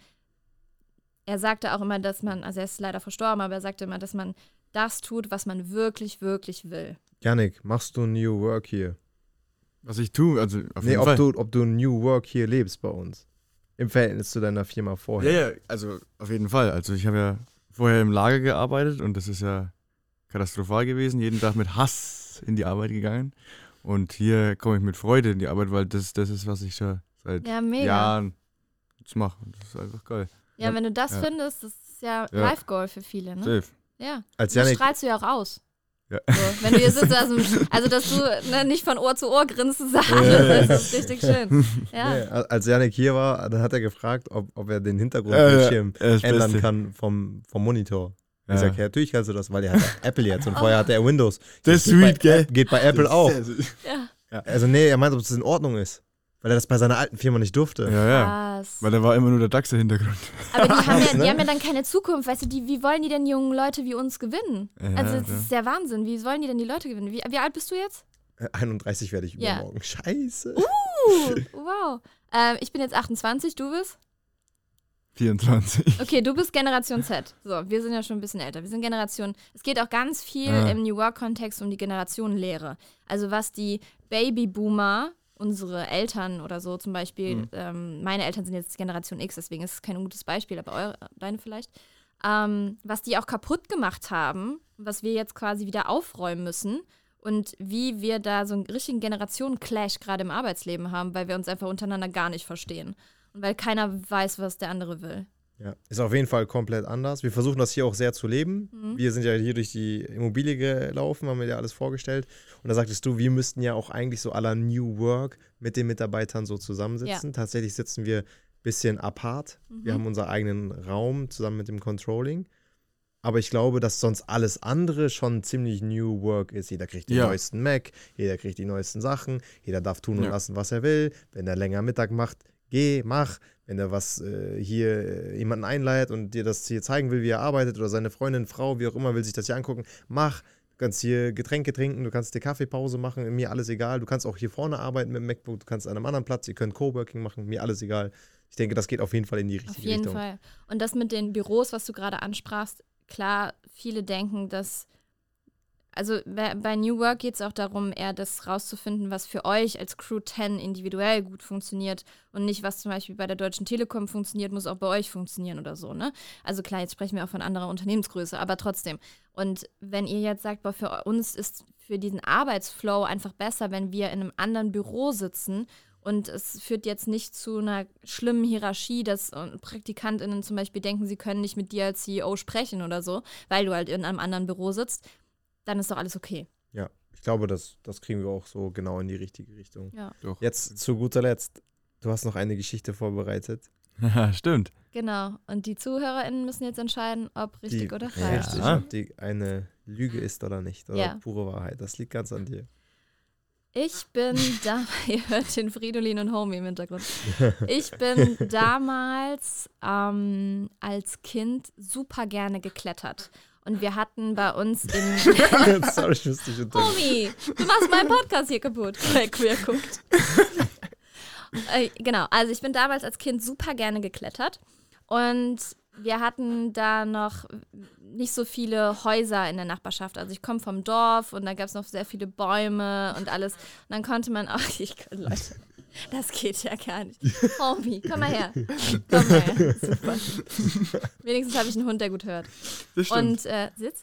Er sagte auch immer, dass man, also er ist leider verstorben, aber er sagte immer, dass man das tut, was man wirklich, wirklich will. Yannick, machst du New Work hier? Was ich tue, also auf Nee, jeden ob Fall. du, ob du New Work hier lebst bei uns. Im Verhältnis zu deiner Firma vorher. Ja, ja, also auf jeden Fall. Also ich habe ja vorher im Lager gearbeitet und das ist ja katastrophal gewesen. Jeden Tag mit Hass in die Arbeit gegangen. Und hier komme ich mit Freude in die Arbeit, weil das, das ist, was ich schon seit Ja, mega. Jahren jetzt mache. Das ist einfach geil. Ja, wenn du das Ja. findest, das ist ja, Ja. Life-Goal für viele, ne? Safe. Ja. Als Das Yannick, strahlst du ja auch aus. Ja. So, wenn du hier sitzt, also, also dass du ne, nicht von Ohr zu Ohr grinst, das ist richtig schön. Ja. Nee, als Janik hier war, dann hat er gefragt, ob, ob er den Hintergrundbildschirm Ja, ja, das ändern Beste. kann vom, vom Monitor. Ja. Ich sag, ja, natürlich kannst du das, weil er hat Apple jetzt und vorher hatte er Windows. Das ist geht sweet, bei, gell? Geht bei Apple auch. Ja. Also nee, er meint, ob es in Ordnung ist. Weil er das bei seiner alten Firma nicht durfte. Ja, ja. Krass. Weil da war immer nur der DAX im Hintergrund. Aber die haben, ja, ne? die haben ja dann keine Zukunft, weißt du, die, wie wollen die denn jungen Leute wie uns gewinnen? Ja, also das ja. ist der Wahnsinn, wie wollen die denn die Leute gewinnen? Wie, wie alt bist du jetzt? Äh, einunddreißig werde ich Ja. übermorgen. Scheiße. Uh, wow. Ähm, ich bin jetzt achtundzwanzig, du bist? vierundzwanzig. Okay, du bist Generation Z. So, wir sind ja schon ein bisschen älter. Wir sind Generation, es geht auch ganz viel Ah. im New Work-Kontext um die Generationenlehre. Also was die Babyboomer, unsere Eltern oder so zum Beispiel, Mhm. ähm, meine Eltern sind jetzt Generation X, deswegen ist es kein gutes Beispiel, aber eure, deine vielleicht, ähm, was die auch kaputt gemacht haben, was wir jetzt quasi wieder aufräumen müssen und wie wir da so einen richtigen Generationen-Clash gerade im Arbeitsleben haben, weil wir uns einfach untereinander gar nicht verstehen. Und weil keiner weiß, was der andere will. Ja, ist auf jeden Fall komplett anders. Wir versuchen das hier auch sehr zu leben. Mhm. Wir sind ja hier durch die Immobilie gelaufen, haben mir ja alles vorgestellt. Und da sagtest du, wir müssten ja auch eigentlich so à la New Work mit den Mitarbeitern so zusammensitzen. Tatsächlich sitzen wir ein bisschen apart. Mhm. Wir haben unseren eigenen Raum zusammen mit dem Controlling. Aber ich glaube, dass sonst alles andere schon ziemlich New Work ist. Jeder kriegt den Ja. neuesten Mac, jeder kriegt die neuesten Sachen, jeder darf tun und Ja. lassen, was er will. Wenn er länger Mittag macht, geh, mach. Wenn er was äh, hier äh, jemanden einleitet und dir das hier zeigen will, wie er arbeitet oder seine Freundin, Frau, wie auch immer, will sich das hier angucken, mach. Du kannst hier Getränke trinken, du kannst dir Kaffeepause machen, mir alles egal. Du kannst auch hier vorne arbeiten mit dem MacBook, du kannst an einem anderen Platz, ihr könnt Coworking machen, mir alles egal. Ich denke, das geht auf jeden Fall in die richtige Auf jeden Richtung. Fall. Und das mit den Büros, was du gerade ansprachst, klar, viele denken, dass, also bei bei New Work geht es auch darum, eher das rauszufinden, was für euch als Crew zehn individuell gut funktioniert und nicht, was zum Beispiel bei der Deutschen Telekom funktioniert, muss auch bei euch funktionieren oder so, ne? Also klar, jetzt sprechen wir auch von anderer Unternehmensgröße, aber trotzdem. Und wenn ihr jetzt sagt, boah, für uns ist für diesen Arbeitsflow einfach besser, wenn wir in einem anderen Büro sitzen und es führt jetzt nicht zu einer schlimmen Hierarchie, dass äh, PraktikantInnen zum Beispiel denken, sie können nicht mit dir als C E O sprechen oder so, weil du halt in einem anderen Büro sitzt, dann ist doch alles okay. Ja, ich glaube, das, das kriegen wir auch so genau in die richtige Richtung. Ja, Doch. Jetzt zu guter Letzt, du hast noch eine Geschichte vorbereitet. Ja, stimmt. genau. Und die ZuhörerInnen müssen jetzt entscheiden, ob richtig die, oder ja, falsch. Richtig, Ja. ob die eine Lüge ist oder nicht. Oder Ja. pure Wahrheit. Das liegt ganz an dir. Ich bin da, ihr hört den Fridolin und Homie im Hintergrund. Ich bin damals ähm, als Kind super gerne geklettert. Und wir hatten bei uns im Sorry, ich müsste dich unter. Homie, du machst meinen Podcast hier kaputt. Wer queer guckt. äh, genau, also ich bin damals als Kind super gerne geklettert. Und wir hatten da noch nicht so viele Häuser in der Nachbarschaft. Also ich komme vom Dorf und da gab es noch sehr viele Bäume und alles. Und dann konnte man auch, ich, Leute, das geht ja gar nicht. Homie, komm mal her. Komm mal her. Super. Wenigstens habe ich einen Hund, der gut hört. Das stimmt. Und äh, Sitz?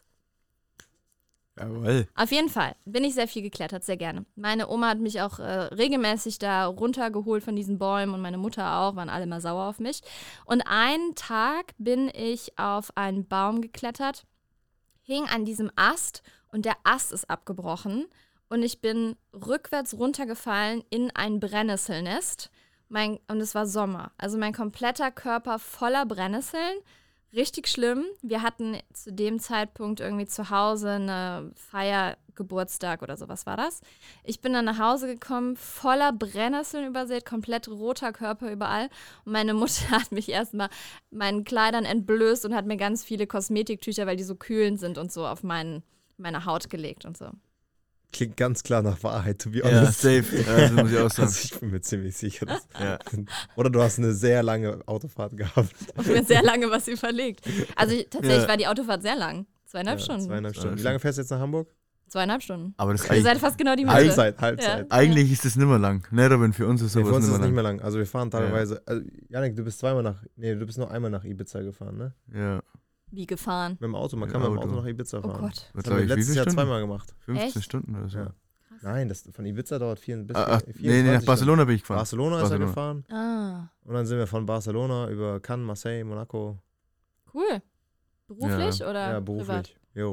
Jawohl. Auf jeden Fall bin ich sehr viel geklettert, sehr gerne. Meine Oma hat mich auch äh, regelmäßig da runtergeholt von diesen Bäumen und meine Mutter auch, waren alle mal sauer auf mich. Und einen Tag bin ich auf einen Baum geklettert, hing an diesem Ast und der Ast ist abgebrochen und ich bin rückwärts runtergefallen in ein Brennnesselnest. Mein, und es war Sommer, also mein kompletter Körper voller Brennnesseln. Richtig schlimm. Wir hatten zu dem Zeitpunkt irgendwie zu Hause eine Feier, Geburtstag oder sowas war das. Ich bin dann nach Hause gekommen, voller Brennnesseln übersät, komplett roter Körper überall. Und meine Mutter hat mich erstmal meinen Kleidern entblößt und hat mir ganz viele Kosmetiktücher, weil die so kühlend sind und so, auf meinen, meine Haut gelegt und so. Klingt ganz klar nach Wahrheit, to be Ja, honest. safe. Ja, das muss ich auch sagen. Also ich bin mir ziemlich sicher. Dass Ja. Oder du hast eine sehr lange Autofahrt gehabt. Und mir sehr lange was überlegt. Also ich, tatsächlich Ja. war die Autofahrt sehr lang. Zweieinhalb Ja, Stunden. Zweieinhalb Stunden. Wie Stunden. lange fährst du jetzt nach Hamburg? Zweieinhalb Stunden. Aber das Ihr eigentlich, seid fast genau die Mitte. Halbzeit, Halbzeit. eigentlich ist das nicht mehr lang. Ne, Robin, für uns ist Nee, sowas für uns ist nicht es mehr nicht lang. mehr lang. Also wir fahren teilweise. Also, Janik, du bist zweimal nach. Nee, du bist nur einmal nach Ibiza gefahren, ne? Ja. Wie gefahren. Mit dem Auto. Man Mit kann mit dem Auto. Auto nach Ibiza Oh fahren. Gott. Was Das glaub haben wir ich, wie letztes viele Jahr Stunden? zweimal gemacht. fünfzehn Echt? Stunden oder so. Ja. Nein, das von Ibiza dauert vier, bis Ah, ach, nee, nee, vierundzwanzig nach Barcelona bin ich Stunden. gefahren. Barcelona ist Barcelona. er gefahren. Ah, Und dann sind wir von Barcelona über Cannes, Marseille, Monaco. cool. Beruflich oder Ja, privat? beruflich. Jo.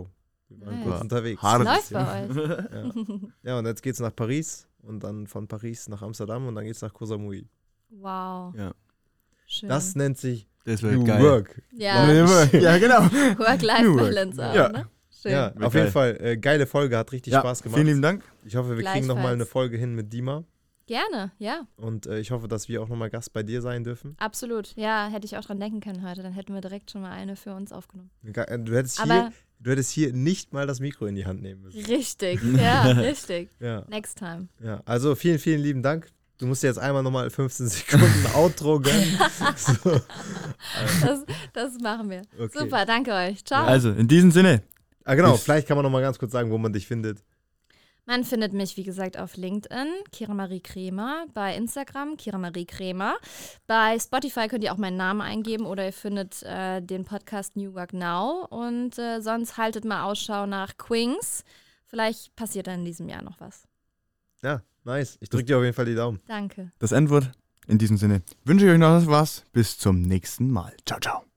Wir waren Nice. kurz unterwegs. Hart. Läuft bei euch. Ja. ja, und jetzt geht's nach Paris und dann von Paris nach Amsterdam und dann geht's nach Koh Samui. Wow. Ja. Schön. Das nennt sich Das wird New geil. Work. ja, Ja, genau. Work-Life-Balance auch, Ja. ne? Schön. Ja, Wird auf geil. jeden Fall. Äh, geile Folge, hat richtig Ja, Spaß gemacht. vielen lieben Dank. Ich hoffe, wir kriegen nochmal Gleichfalls. eine Folge hin mit Dima. Gerne, ja, Und äh, ich hoffe, dass wir auch nochmal Gast bei dir sein dürfen. absolut. Ja, hätte ich auch dran denken können heute. Dann hätten wir direkt schon mal eine für uns aufgenommen. Ge- äh, Du hättest, Aber hier, du hättest hier nicht mal das Mikro in die Hand nehmen müssen. richtig, ja, richtig. Ja, Next time. ja. Also vielen, vielen lieben Dank. Du musst dir jetzt einmal nochmal fünfzehn Sekunden Outro gönnen. So. Das, das machen wir. Okay. Super, danke euch. Ciao. Also, in diesem Sinne. Ah, genau, Bis- vielleicht kann man nochmal ganz kurz sagen, wo man dich findet. Man findet mich, wie gesagt, auf LinkedIn, Kira Marie Kremer, bei Instagram, Kira Marie Kremer. Bei Spotify könnt ihr auch meinen Namen eingeben oder ihr findet äh, den Podcast New Work Now. Und äh, sonst haltet mal Ausschau nach Queens. Vielleicht passiert dann in diesem Jahr noch was. Ja, nice. Ich drücke dir auf jeden Fall die Daumen. Danke. Das Endwort. In diesem Sinne wünsche ich euch noch was. Bis zum nächsten Mal. Ciao, ciao.